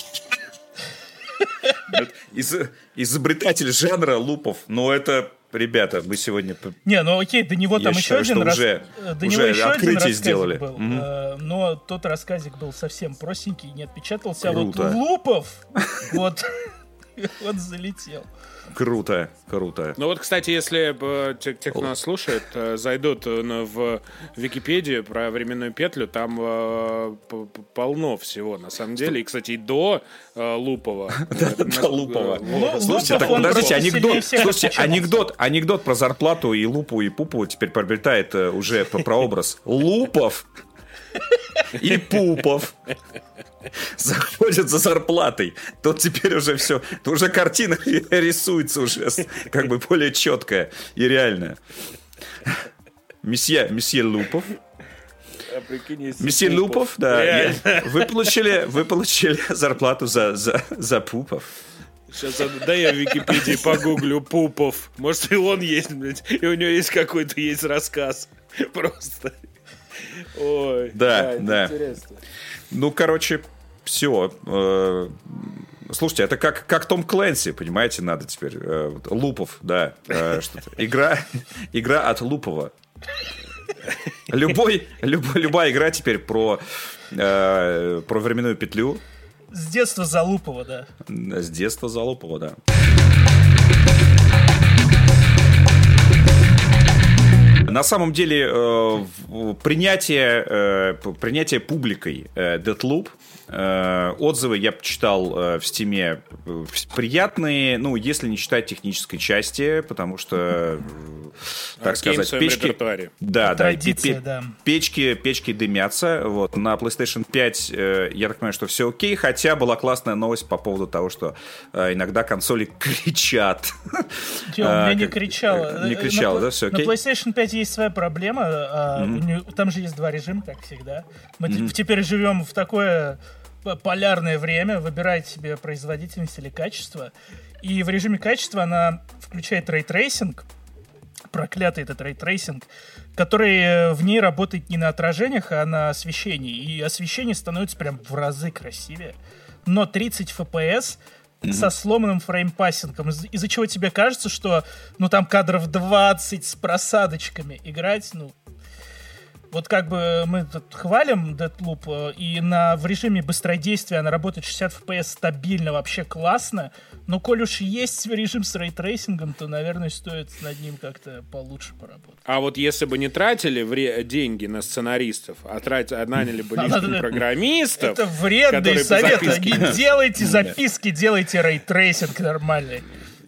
Из, изобретатель жанра Лупов. Но это, ребята, мы сегодня... Не, ну окей, до него там еще один раз... уже, до уже него еще один рассказик сделали. был. Mm-hmm. Но тот рассказик был совсем простенький, не отпечатался. Круто. А вот Лупов, вот, он залетел. Круто, круто. Ну вот, кстати, если э, те, те, кто нас слушает, э, зайдут э, в Википедию про временную петлю, там э, полно всего, на самом деле. И, кстати, и до э, Лупова. До Лупова. Слушайте, так подождите, анекдот. Слушайте, анекдот, анекдот про зарплату и Лупу, и Пупу теперь приобретает уже прообраз. Лупов и Пупов заходят за зарплатой. Тут теперь уже все, уже картина рисуется уже как бы более четкая и реальная. Месье, месье Лупов. А прикинь, месье Лупов, да. Я, вы получили, вы получили зарплату за, за, за Пупов. Сейчас, да, я в Википедии погуглю Пупов. Может, и он есть, блядь, и у него есть какой-то есть рассказ. Просто. Ой, да, да. Интересно. Ну, короче, все. Слушайте, это как, как Том Клэнси, понимаете, надо теперь. Лупов, да. Что-то. Игра, игра от Лупова. Любой, любой, любая игра теперь про, про временную петлю. С детства за Лупова, да. С детства за Лупова, да. На самом деле, э, принятие, э, принятие публикой э, Deathloop, э, отзывы я почитал э, в Стиме приятные, ну, если не считать технической части, потому что, так Аркейн сказать, печки, да, да, традиция, пе- да. Печки, печки дымятся. Вот на PlayStation пять, э, я так понимаю, что все окей. Хотя была классная новость по поводу того, что э, иногда консоли кричат. Че, у меня не кричало. Не кричало, на, да, все окей. На PlayStation пять есть своя проблема. А, mm-hmm. у нее, там же есть два режима, как всегда. Мы mm-hmm. теперь живем в такое полярное время. Выбирайте себе производительность или качество. И в режиме качества она включает рейтрейсинг. Проклятый этот рейтрейсинг, который в ней работает не на отражениях, а на освещении. И освещение становится прям в разы красивее. Но тридцать эф пи эс mm-hmm. со сломанным фреймпассингом, из- из-за чего тебе кажется, что ну там кадров двадцать с просадочками играть, ну... Вот как бы мы тут хвалим Deathloop, и на, в режиме быстродействия она работает шестьдесят эф пи эс стабильно, вообще классно, но коль уж есть режим с рейтрейсингом, то, наверное, стоит над ним как-то получше поработать. А вот если бы не тратили вре- деньги на сценаристов, а, трать, а наняли бы лишних программистов... Это вредный совет, не делайте записки, делайте рейтрейсинг нормальный.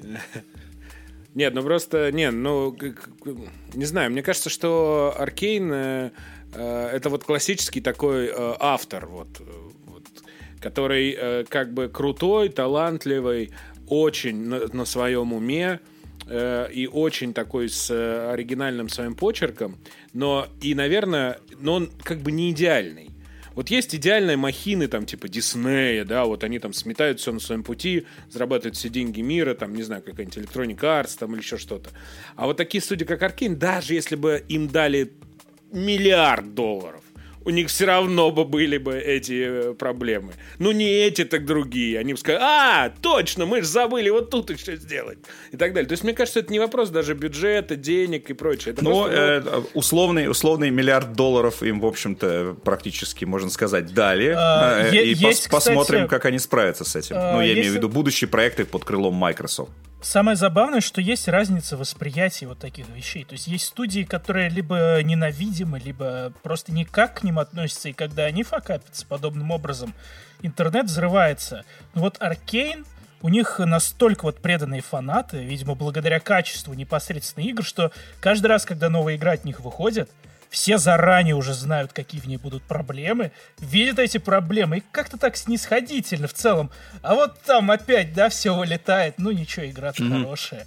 Нет, ну просто, не, ну, не знаю, мне кажется, что Аркейн э, э, это вот классический такой э, автор, вот, вот, который э, как бы крутой, талантливый, очень на, на своем уме э, и очень такой с оригинальным своим почерком, но и, наверное, но он как бы не идеальный. Вот есть идеальные махины, там, типа Диснея, да, вот они там сметают все на своем пути, зарабатывают все деньги мира, там, не знаю, какая-нибудь Electronic Arts, там, или еще что-то. А вот такие студии, как Аркейн, даже если бы им дали миллиард долларов, у них все равно бы были бы эти проблемы. Ну, не эти, так другие. Они бы сказали, а, точно, мы же забыли вот тут еще сделать. И так далее. То есть, мне кажется, это не вопрос даже бюджета, денег и прочее. Это Но просто, э, условный, условный миллиард долларов им, в общем-то, практически, можно сказать, дали. А, э, и есть, пос- посмотрим, кстати, как они справятся с этим. А, ну, я есть... имею в виду будущие проекты под крылом Microsoft. Самое забавное, что есть разница восприятия вот таких вещей. То есть есть студии, которые либо ненавидимы, либо просто никак к ним относятся, и когда они факапятся подобным образом, интернет взрывается. Но вот Аркейн, у них настолько вот преданные фанаты, видимо, благодаря качеству непосредственно игр, что каждый раз, когда новая игра от них выходит, все заранее уже знают, какие в ней будут проблемы, видят эти проблемы и как-то так снисходительно в целом. А вот там опять, да, все вылетает. Ну ничего, игра-то mm-hmm. хорошая.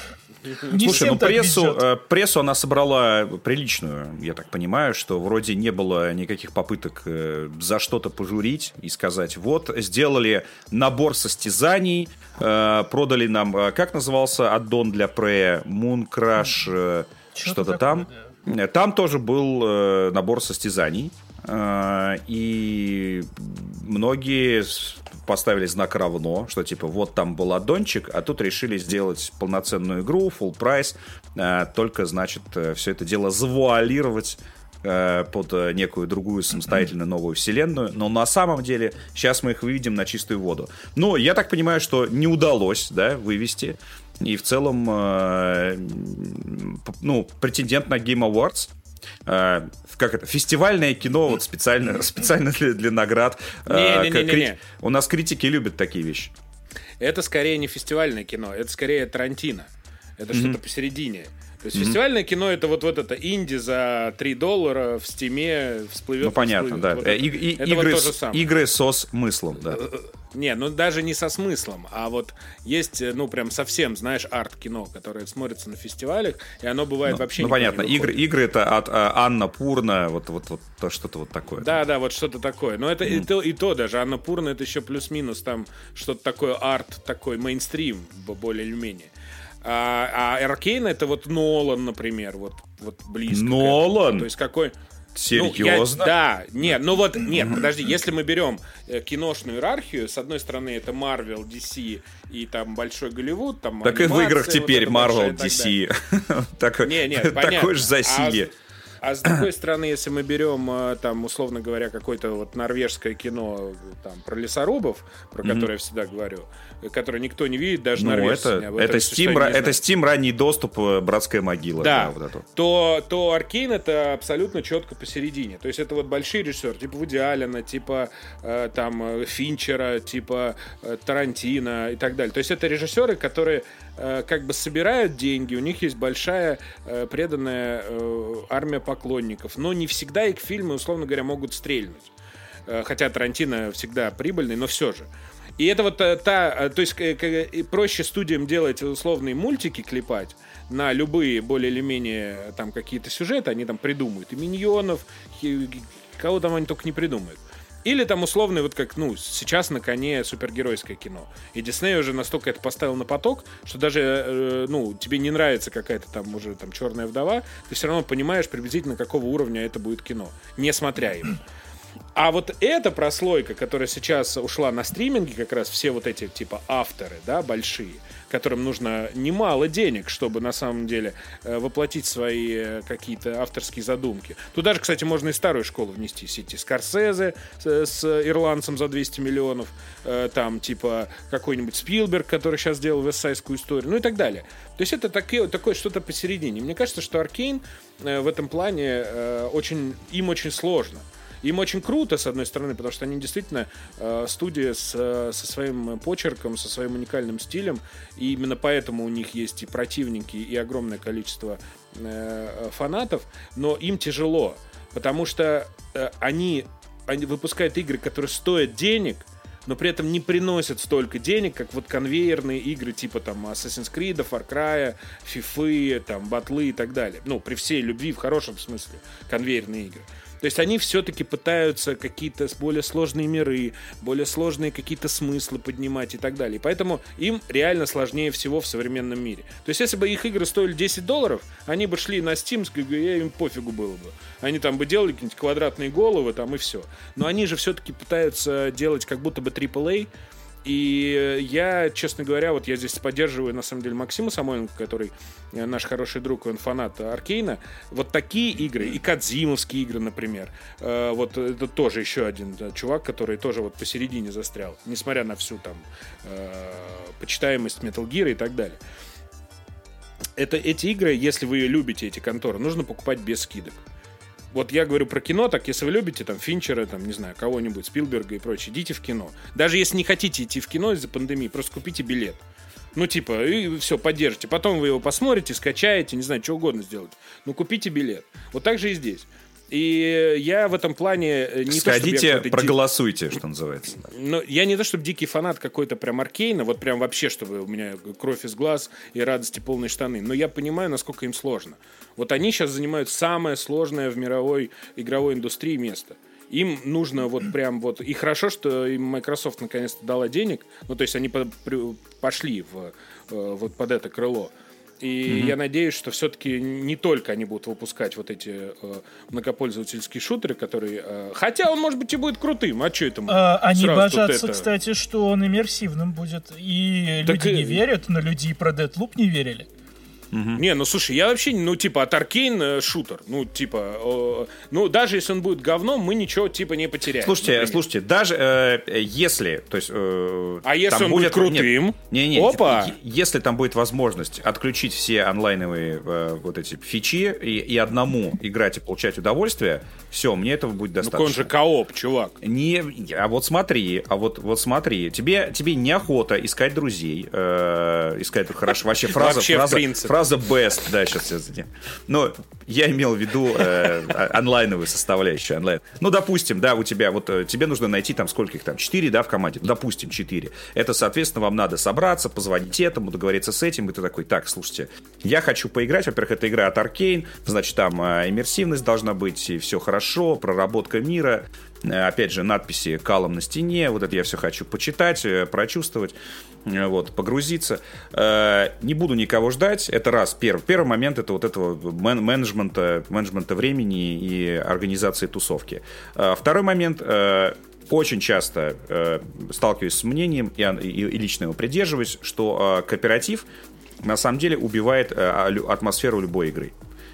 Не Слушай, ну прессу, э, прессу она собрала приличную, я так понимаю, что вроде не было никаких попыток э, за что-то пожурить и сказать, вот, сделали набор состязаний, э, продали нам, э, как назывался аддон для Prey, Moon Crash, э, что-то, что-то там. Такое, да. Там тоже был э, набор состязаний, э, и многие поставили знак равно, что типа вот там был аддончик, а тут решили сделать полноценную игру, full прайс, э, только, значит, все это дело завуалировать э, под некую другую самостоятельно новую вселенную, но на самом деле сейчас мы их выведем на чистую воду. Ну, я так понимаю, что не удалось, да, вывести. И в целом, э, ну, претендент на Game Awards, э, как это, фестивальное кино, вот специально, специально для, для наград. Не, не, не, не, не. У нас критики любят такие вещи. Это скорее не фестивальное кино, это скорее Тарантино. Это mm-hmm. что-то посередине. То есть mm-hmm. фестивальное кино это вот, вот это инди за три доллара в Стиме всплывет. Ну понятно, всплывет, да. Вот и, и, это игры, вот то же самое. Игры со смыслом, да. Не, ну даже не со смыслом, а вот есть, ну прям совсем, знаешь, арт-кино, которое смотрится на фестивалях, и оно бывает ну, вообще ну, никуда понятно, не игры, игры это от а, Анна Пурна, вот, вот, вот то, что-то вот такое. Да, да, вот что-то такое. Но это mm. и, то, и то даже. Анна Пурна это еще плюс-минус там что-то такое, арт, такой мейнстрим, более или менее. А, а Аркейн это вот Нолан, например, вот, вот близко. Нолан? То есть какой... Серьезно? Ну, я, да, нет, ну вот, нет, подожди, если мы берем э, киношную иерархию, с одной стороны это Marvel, ди си и там большой Голливуд, там так и в играх теперь вот Marvel, ди си. Такое же засилье. А с другой стороны, если мы берем, там, условно говоря, какое-то вот норвежское кино там, про лесорубов, про mm-hmm. которое я всегда говорю, которое никто не видит, даже ну, норвежцы. Это, это, Steam, ра- это Steam ранний доступ, братская могила. Да, да вот то, то Аркейн это абсолютно четко посередине. То есть это вот большие режиссеры, типа Вуди Аллена, типа э, там Финчера, типа э, Тарантино и так далее. То есть это режиссеры, которые э, как бы собирают деньги, у них есть большая э, преданная э, армия поклонников, но не всегда их фильмы, условно говоря, могут стрельнуть. Э, хотя Тарантино всегда прибыльный, но все же. И это вот та, то есть проще студиям делать условные мультики, клепать на любые более или менее там какие-то сюжеты, они там придумают и миньонов, и кого там они только не придумают. Или там условно, вот как, ну, сейчас на коне супергеройское кино. И Дисней уже настолько это поставил на поток, что даже, э, ну, тебе не нравится какая-то там уже там черная вдова, ты все равно понимаешь приблизительно, какого уровня это будет кино, не смотря его. А вот эта прослойка, которая сейчас ушла на стриминги, как раз все вот эти типа авторы, да, большие, которым нужно немало денег, чтобы на самом деле воплотить свои какие-то авторские задумки. Туда же, кстати, можно и старую школу внести, сети Скорсезе с ирландцем за двести миллионов, там типа какой-нибудь Спилберг, который сейчас делал Вестсайдскую историю, ну и так далее. То есть это такое, такое что-то посередине. Мне кажется, что Аркейн в этом плане очень, им очень сложно. Им очень круто, с одной стороны, потому что они действительно э, студия с, со своим почерком, со своим уникальным стилем, и именно поэтому у них есть и противники, и огромное количество э, фанатов, но им тяжело, потому что э, они, они выпускают игры, которые стоят денег, но при этом не приносят столько денег, как вот конвейерные игры типа там Assassin's Creed, Far Cry, FIFA, там, батлы и так далее. Ну, при всей любви, в хорошем смысле, конвейерные игры. То есть они все-таки пытаются какие-то более сложные миры, более сложные какие-то смыслы поднимать и так далее. И поэтому им реально сложнее всего в современном мире. То есть если бы их игры стоили десять долларов, они бы шли на Steam, и им пофигу было бы. Они там бы делали какие-нибудь квадратные головы там и все. Но они же все-таки пытаются делать как будто бы трипл эй. И я, честно говоря, вот я здесь поддерживаю, на самом деле, Максима Самойленко, который наш хороший друг, он фанат Аркейна. Вот такие игры, и Кодзимовские игры, например. Вот это тоже еще один да, чувак, который тоже вот посередине застрял, несмотря на всю там почитаемость Metal Gear и так далее. Это, эти игры, если вы любите эти конторы, нужно покупать без скидок. Вот я говорю про кино, так если вы любите там Финчера, там, не знаю, кого-нибудь, Спилберга и прочее, идите в кино. Даже если не хотите идти в кино из-за пандемии, просто купите билет. Ну, типа, и все, поддержите. Потом вы его посмотрите, скачаете, не знаю, что угодно сделаете. Ну, купите билет. Вот так же и здесь. И я в этом плане не Сходите, то, проголосуйте, ди... что называется. Но я не то, чтобы дикий фанат какой-то прям Аркейна, вот прям вообще, чтобы у меня кровь из глаз и радости полные штаны. Но я понимаю, насколько им сложно. Вот они сейчас занимают самое сложное в мировой игровой индустрии место. Им нужно вот прям вот... И хорошо, что им Microsoft наконец-то дала денег. Ну, то есть они по- пошли в, вот под это крыло. И mm-hmm. я надеюсь, что все-таки не только они будут выпускать вот эти э, многопользовательские шутеры, которые... Э, хотя он, может быть, и будет крутым. А что это? А, они божатся, это... кстати, что он иммерсивным будет. И так люди и... не верят, но люди и про Deathloop не верили. Угу. Не, ну слушай, я вообще, ну типа от Аркейн шутер, ну типа, э, ну даже если он будет говном, мы ничего типа не потеряем. Слушайте, например. слушайте, даже э, если, то есть, э, а если он будет крутым, не, не, опа, е- если там будет возможность отключить все онлайновые э, вот эти фичи и, и одному играть и получать удовольствие, все, мне этого будет достаточно. Ну он же кооп, чувак. Не, а вот смотри, а вот вот смотри, тебе тебе неохота искать друзей, э, искать хорошо, вообще фраза, фраза, фраза за best, да, сейчас я задел. Но я имел в виду э, онлайновую составляющую. Онлайн. Ну, допустим, да, у тебя, вот тебе нужно найти там сколько их там, четыре, да, в команде? Допустим, четыре. Это, соответственно, вам надо собраться, позвонить этому, договориться с этим, и ты такой, так, слушайте, я хочу поиграть, во-первых, это игра от Arcane, значит, там э, иммерсивность должна быть, и все хорошо, проработка мира, э, опять же, надписи калом на стене, вот это я все хочу почитать, э, прочувствовать. Вот, погрузиться. Не буду никого ждать. Это раз. Первый, первый момент — это вот этого мен- менеджмента, менеджмента времени и организации тусовки. Второй момент. Очень часто сталкиваюсь с мнением и, и, и лично его придерживаюсь, что кооператив на самом деле убивает атмосферу любой игры.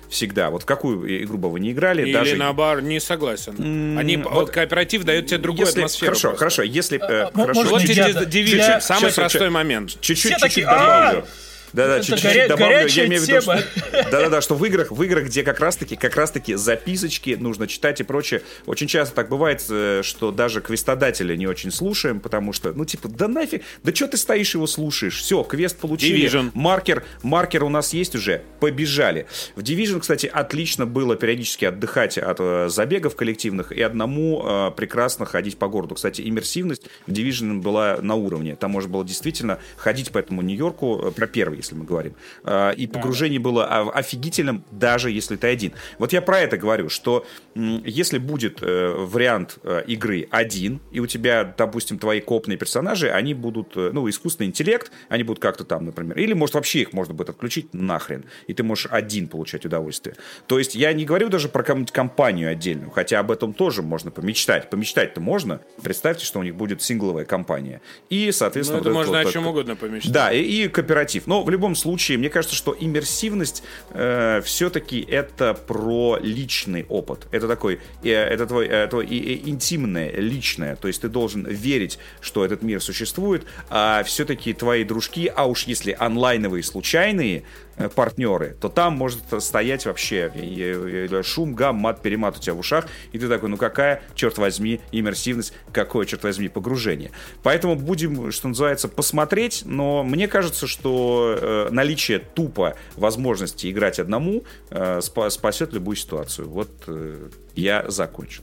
Всегда. Вот в какую игру бы вы не играли, или даже... наоборот, не согласен. Mm, Они, вот, вот кооператив дает тебе другую если, атмосферу. Хорошо, просто. хорошо. Если... А, э, хорошо. Вот я, Division, я, самый сейчас, простой сейчас, момент. Чуть-чуть, все чуть-чуть таки, добавлю. Да-да, это чуть-чуть горя- добавлю. Я имею в виду, тема. что... Да-да-да, что в играх, в играх, где как раз-таки, как раз-таки записочки нужно читать и прочее. Очень часто так бывает, что даже квестодателя не очень слушаем, потому что, ну, типа, да нафиг, да что ты стоишь его слушаешь? Все, квест получили. Division. Маркер, маркер у нас есть уже, побежали. В Division, кстати, отлично было периодически отдыхать от э, забегов коллективных и одному э, прекрасно ходить по городу. Кстати, иммерсивность в Division была на уровне. Там можно было действительно ходить по этому Нью-Йорку, э, про первый, если мы говорим. Э, и погружение было офигительным, даже если ты один. Вот я про это говорю, что м, если будет э, вариант э, игры один, и у тебя, допустим, твои копные персонажи, они будут, э, ну, искусственный интеллект, они будут как-то там, например, или, может, вообще их можно будет отключить нахрен, и ты можешь один получать удовольствие. То есть я не говорю даже про какую-нибудь компанию отдельную, хотя об этом тоже можно помечтать. Помечтать-то можно. Представьте, что у них будет сингловая компания. И, соответственно... Ну, это вот можно вот, о чем вот, угодно помечтать. Да, и, и кооператив. Но в любом случае, мне кажется, что иммерсивность э, все-таки это про личный опыт. Это такой, э, это твой, э, твой э, э, интимное, личное. То есть ты должен верить, что этот мир существует, а все-таки твои дружки, а уж если онлайновые, случайные э, партнеры, то там может стоять вообще э, э, шум, гам, мат, перемат у тебя в ушах, и ты такой, ну какая, черт возьми, иммерсивность, какое, черт возьми, погружение. Поэтому будем, что называется, посмотреть, но мне кажется, что э, наличие тупо возможности играть одному э, спасет любую ситуацию. Вот э, я закончил.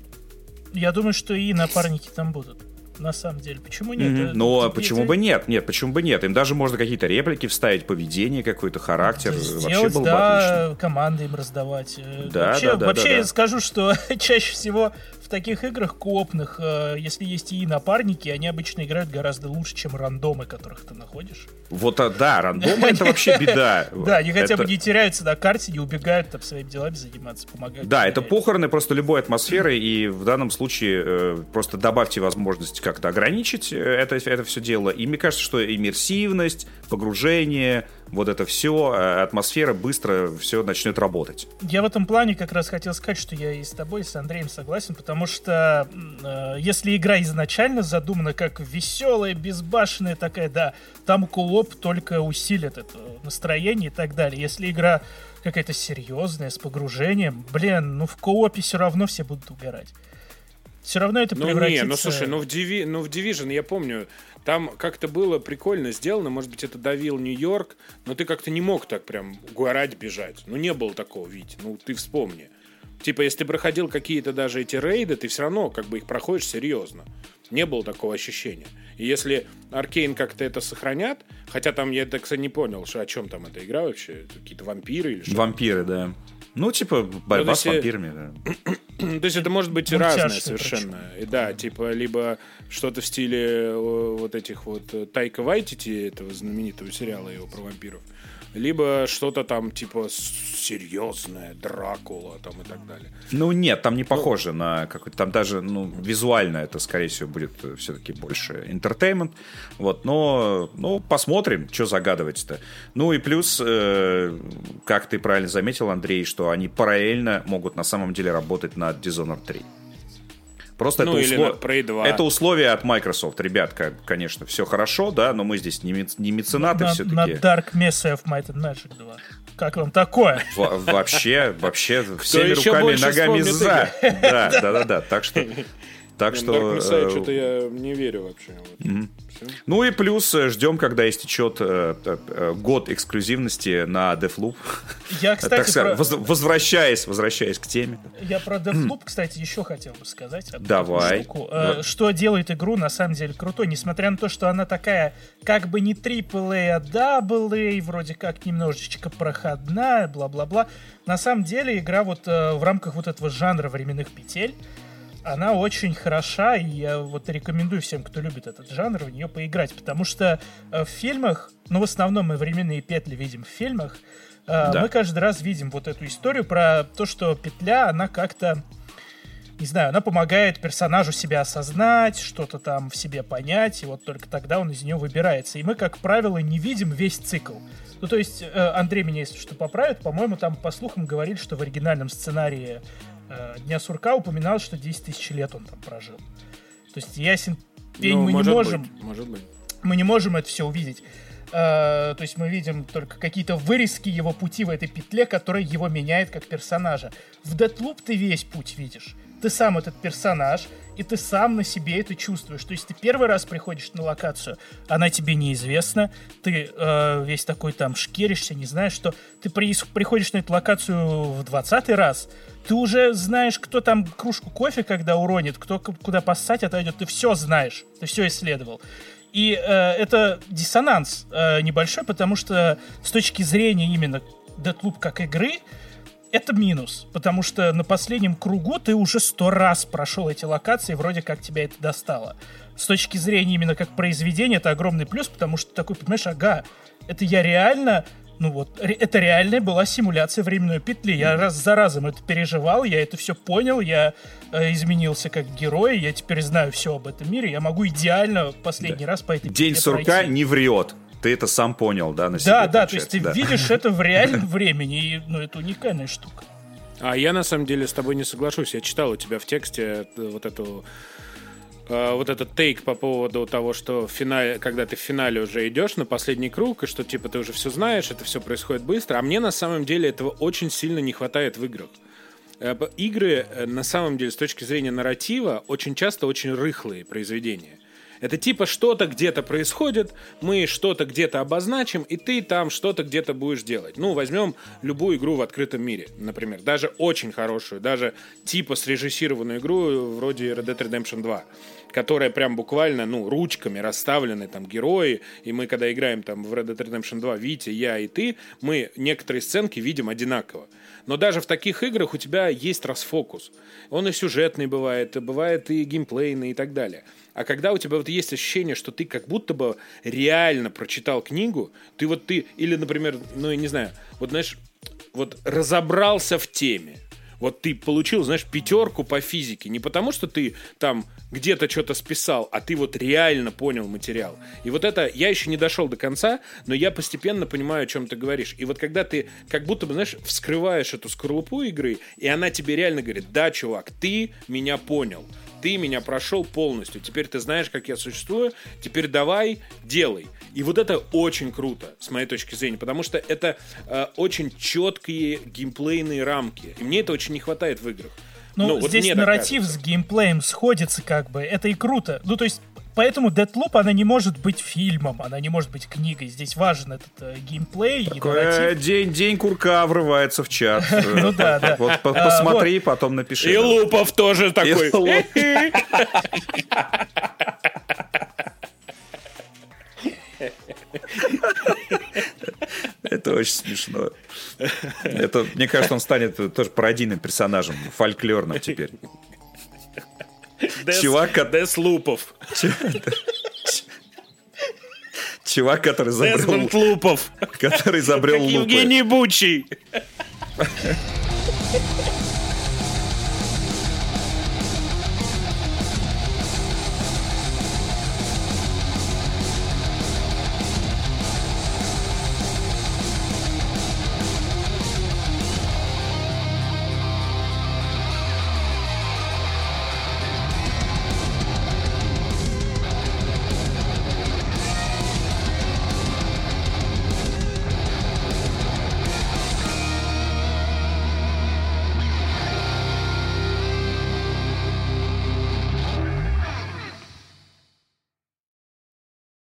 Я думаю, что и напарники там будут. На самом деле. Почему нет? Mm-hmm. Но почему это... бы нет? Нет, почему бы нет? Им даже можно какие-то реплики вставить, поведение, какой-то характер. Сделать, вообще было да, бы отлично. Команды им раздавать. Да, вообще, да, да, вообще да, да. я скажу, что чаще всего в таких играх коопных, если есть и напарники, они обычно играют гораздо лучше, чем рандомы, которых ты находишь. Вот, да, рандомы — это вообще беда. Да, они хотя бы не теряются на карте, не убегают там своими делами заниматься, помогать. Да, это похороны просто любой атмосферы, и в данном случае просто добавьте возможность как-то ограничить это, это все дело. И мне кажется, что иммерсивность, погружение, вот это все, атмосфера быстро все начнет работать. Я в этом плане как раз хотел сказать, что я и с тобой, и с Андреем согласен, потому что э, если игра изначально задумана как веселая, безбашенная такая, да, там кооп только усилит это настроение и так далее. Если игра какая-то серьезная, с погружением, блин, ну в коопе все равно все будут угорать. Все равно это ну, превратится... Не, ну слушай, ну в, Divi- ну в Division, я помню, там как-то было прикольно сделано, может быть, это давил Нью-Йорк, но ты как-то не мог так прям угорать, бежать. Ну не было такого, Вить, ну ты вспомни. Типа, если ты проходил какие-то даже эти рейды, ты все равно как бы их проходишь серьезно. Не было такого ощущения. И если Аркейн как-то это сохранят, хотя там я, так кстати, не понял, что, о чем там эта игра вообще, какие-то вампиры или что? Вампиры, да. Ну, типа, борьба ну, с вампирами, да. То есть это может быть ну, разное совершенно. И, да, типа, либо что-то в стиле вот этих вот Тайка Вайтити, этого знаменитого сериала его про вампиров, либо что-то там, типа, серьезное, Дракула там и так далее. Ну, нет, там не похоже ну, на какой-то... Там даже, ну, визуально это, скорее всего, будет все-таки больше entertainment. Вот, но, ну, посмотрим, что загадывать-то. Ну, и плюс, э, как ты правильно заметил, Андрей, что они параллельно могут на самом деле работать над Dishonored три. Просто ну, это, услов... это условие от Microsoft. Ребят, конечно, все хорошо, да, но мы здесь не, мец... не меценаты на, все-таки. На Dark Messiah of Might and Magic два. Как вам такое? Во- вообще, вообще, всеми руками и ногами за. Да, да, да, да. Так что... Так что... Dark Messiah, что-то я не верю вообще. Mm-hmm. Ну и плюс ждем, когда истечет э, э, год эксклюзивности на Deathloop. Я, кстати, так сказать, про... воз, возвращаясь, возвращаясь к теме. Я про Deathloop, кстати, еще хотел бы сказать. Давай. Штуку. Давай. Что делает игру на самом деле крутой, несмотря на то, что она такая, как бы не трипл эй, а дабл эй, вроде как немножечко проходная, бла-бла-бла. На самом деле игра вот э, в рамках вот этого жанра временных петель, она очень хороша, и я вот рекомендую всем, кто любит этот жанр, в нее поиграть, потому что э, в фильмах, ну, в основном мы временные петли видим в фильмах, э, да. мы каждый раз видим вот эту историю про то, что петля, она как-то не знаю, она помогает персонажу себя осознать, что-то там в себе понять, и вот только тогда он из нее выбирается. И мы, как правило, не видим весь цикл. Ну, то есть, Андрей меня, если что, поправит, по-моему, там, по слухам, говорили, что в оригинальном сценарии Дня сурка упоминалось, что десять тысяч лет он там прожил. То есть, ясен пень, ну, мы не можем... Быть, может быть. Мы не можем это все увидеть. Uh, то есть мы видим только какие-то вырезки его пути в этой петле, которая его меняет как персонажа. В Deathloop ты весь путь видишь. Ты сам этот персонаж, и ты сам на себе это чувствуешь. То есть ты первый раз приходишь на локацию, она тебе неизвестна, ты uh, весь такой там шкеришься, не знаешь, что ты при- приходишь на эту локацию в двадцатый раз, ты уже знаешь, кто там кружку кофе когда уронит, кто куда поссать отойдет, ты все знаешь, ты все исследовал. И э, это диссонанс э, небольшой, потому что с точки зрения именно Deathloop как игры, это минус. Потому что на последнем кругу ты уже сто раз прошел эти локации, вроде как тебя это достало. С точки зрения именно как произведения, это огромный плюс, потому что ты такой, понимаешь, ага, это я реально... Ну вот, это реальная была симуляция временной петли. Я раз за разом это переживал, я это все понял, я э, изменился как герой, я теперь знаю все об этом мире, я могу идеально последний да. раз по этой петле День сурка пройти. Не врет. Ты это сам понял, да, на себе? Да, да, то есть ты да. видишь это в реальном времени, и ну, это уникальная штука. А я на самом деле с тобой не соглашусь. Я читал у тебя в тексте вот эту... вот этот тейк по поводу того, что в финале, когда ты в финале уже идешь на последний круг, и что типа ты уже все знаешь, это все происходит быстро, а мне на самом деле этого очень сильно не хватает в играх. Игры на самом деле с точки зрения нарратива очень часто очень рыхлые произведения. Это типа что-то где-то происходит, мы что-то где-то обозначим, и ты там что-то где-то будешь делать. Ну, возьмем любую игру в открытом мире, например. Даже очень хорошую, даже типа срежиссированную игру вроде Red Dead Redemption два, которая прям буквально, ну, ручками расставлены там герои, и мы, когда играем там в Red Dead Redemption два, Витя, я и ты, мы некоторые сценки видим одинаково. Но даже в таких играх у тебя есть расфокус. Он и сюжетный бывает, бывает и геймплейный и так далее. А когда у тебя вот есть ощущение, что ты как будто бы реально прочитал книгу, ты вот ты, или, например, ну, я не знаю, вот, знаешь, вот разобрался в теме. Вот ты получил, знаешь, пятерку по физике. Не потому, что ты там где-то что-то списал, а ты вот реально понял материал. И вот это, я еще не дошел до конца, но я постепенно понимаю, о чем ты говоришь. И вот когда ты как будто бы, знаешь, вскрываешь эту скорлупу игры, и она тебе реально говорит: да, чувак, ты меня понял. Ты меня прошел полностью. Теперь ты знаешь, как я существую. Теперь давай, делай. И вот это очень круто, с моей точки зрения, потому что это э, очень четкие геймплейные рамки. И мне это очень не хватает в играх. Ну, ну здесь вот нарратив с геймплеем сходится как бы. Это и круто. Ну, то есть, поэтому Deathloop, она не может быть фильмом, она не может быть книгой. Здесь важен этот э, геймплей и нарратив. День, день курка врывается в чат. Ну да, да. Вот посмотри, потом напиши. И Лупов тоже такой. Это очень смешно. Это, мне кажется, он станет тоже пародийным персонажем, фольклорным теперь. Дес, Чувак, Деслупов. Чувак, который изобрел... Десмонд Лупов. Который изобрел как лупы. Евгений Бучий.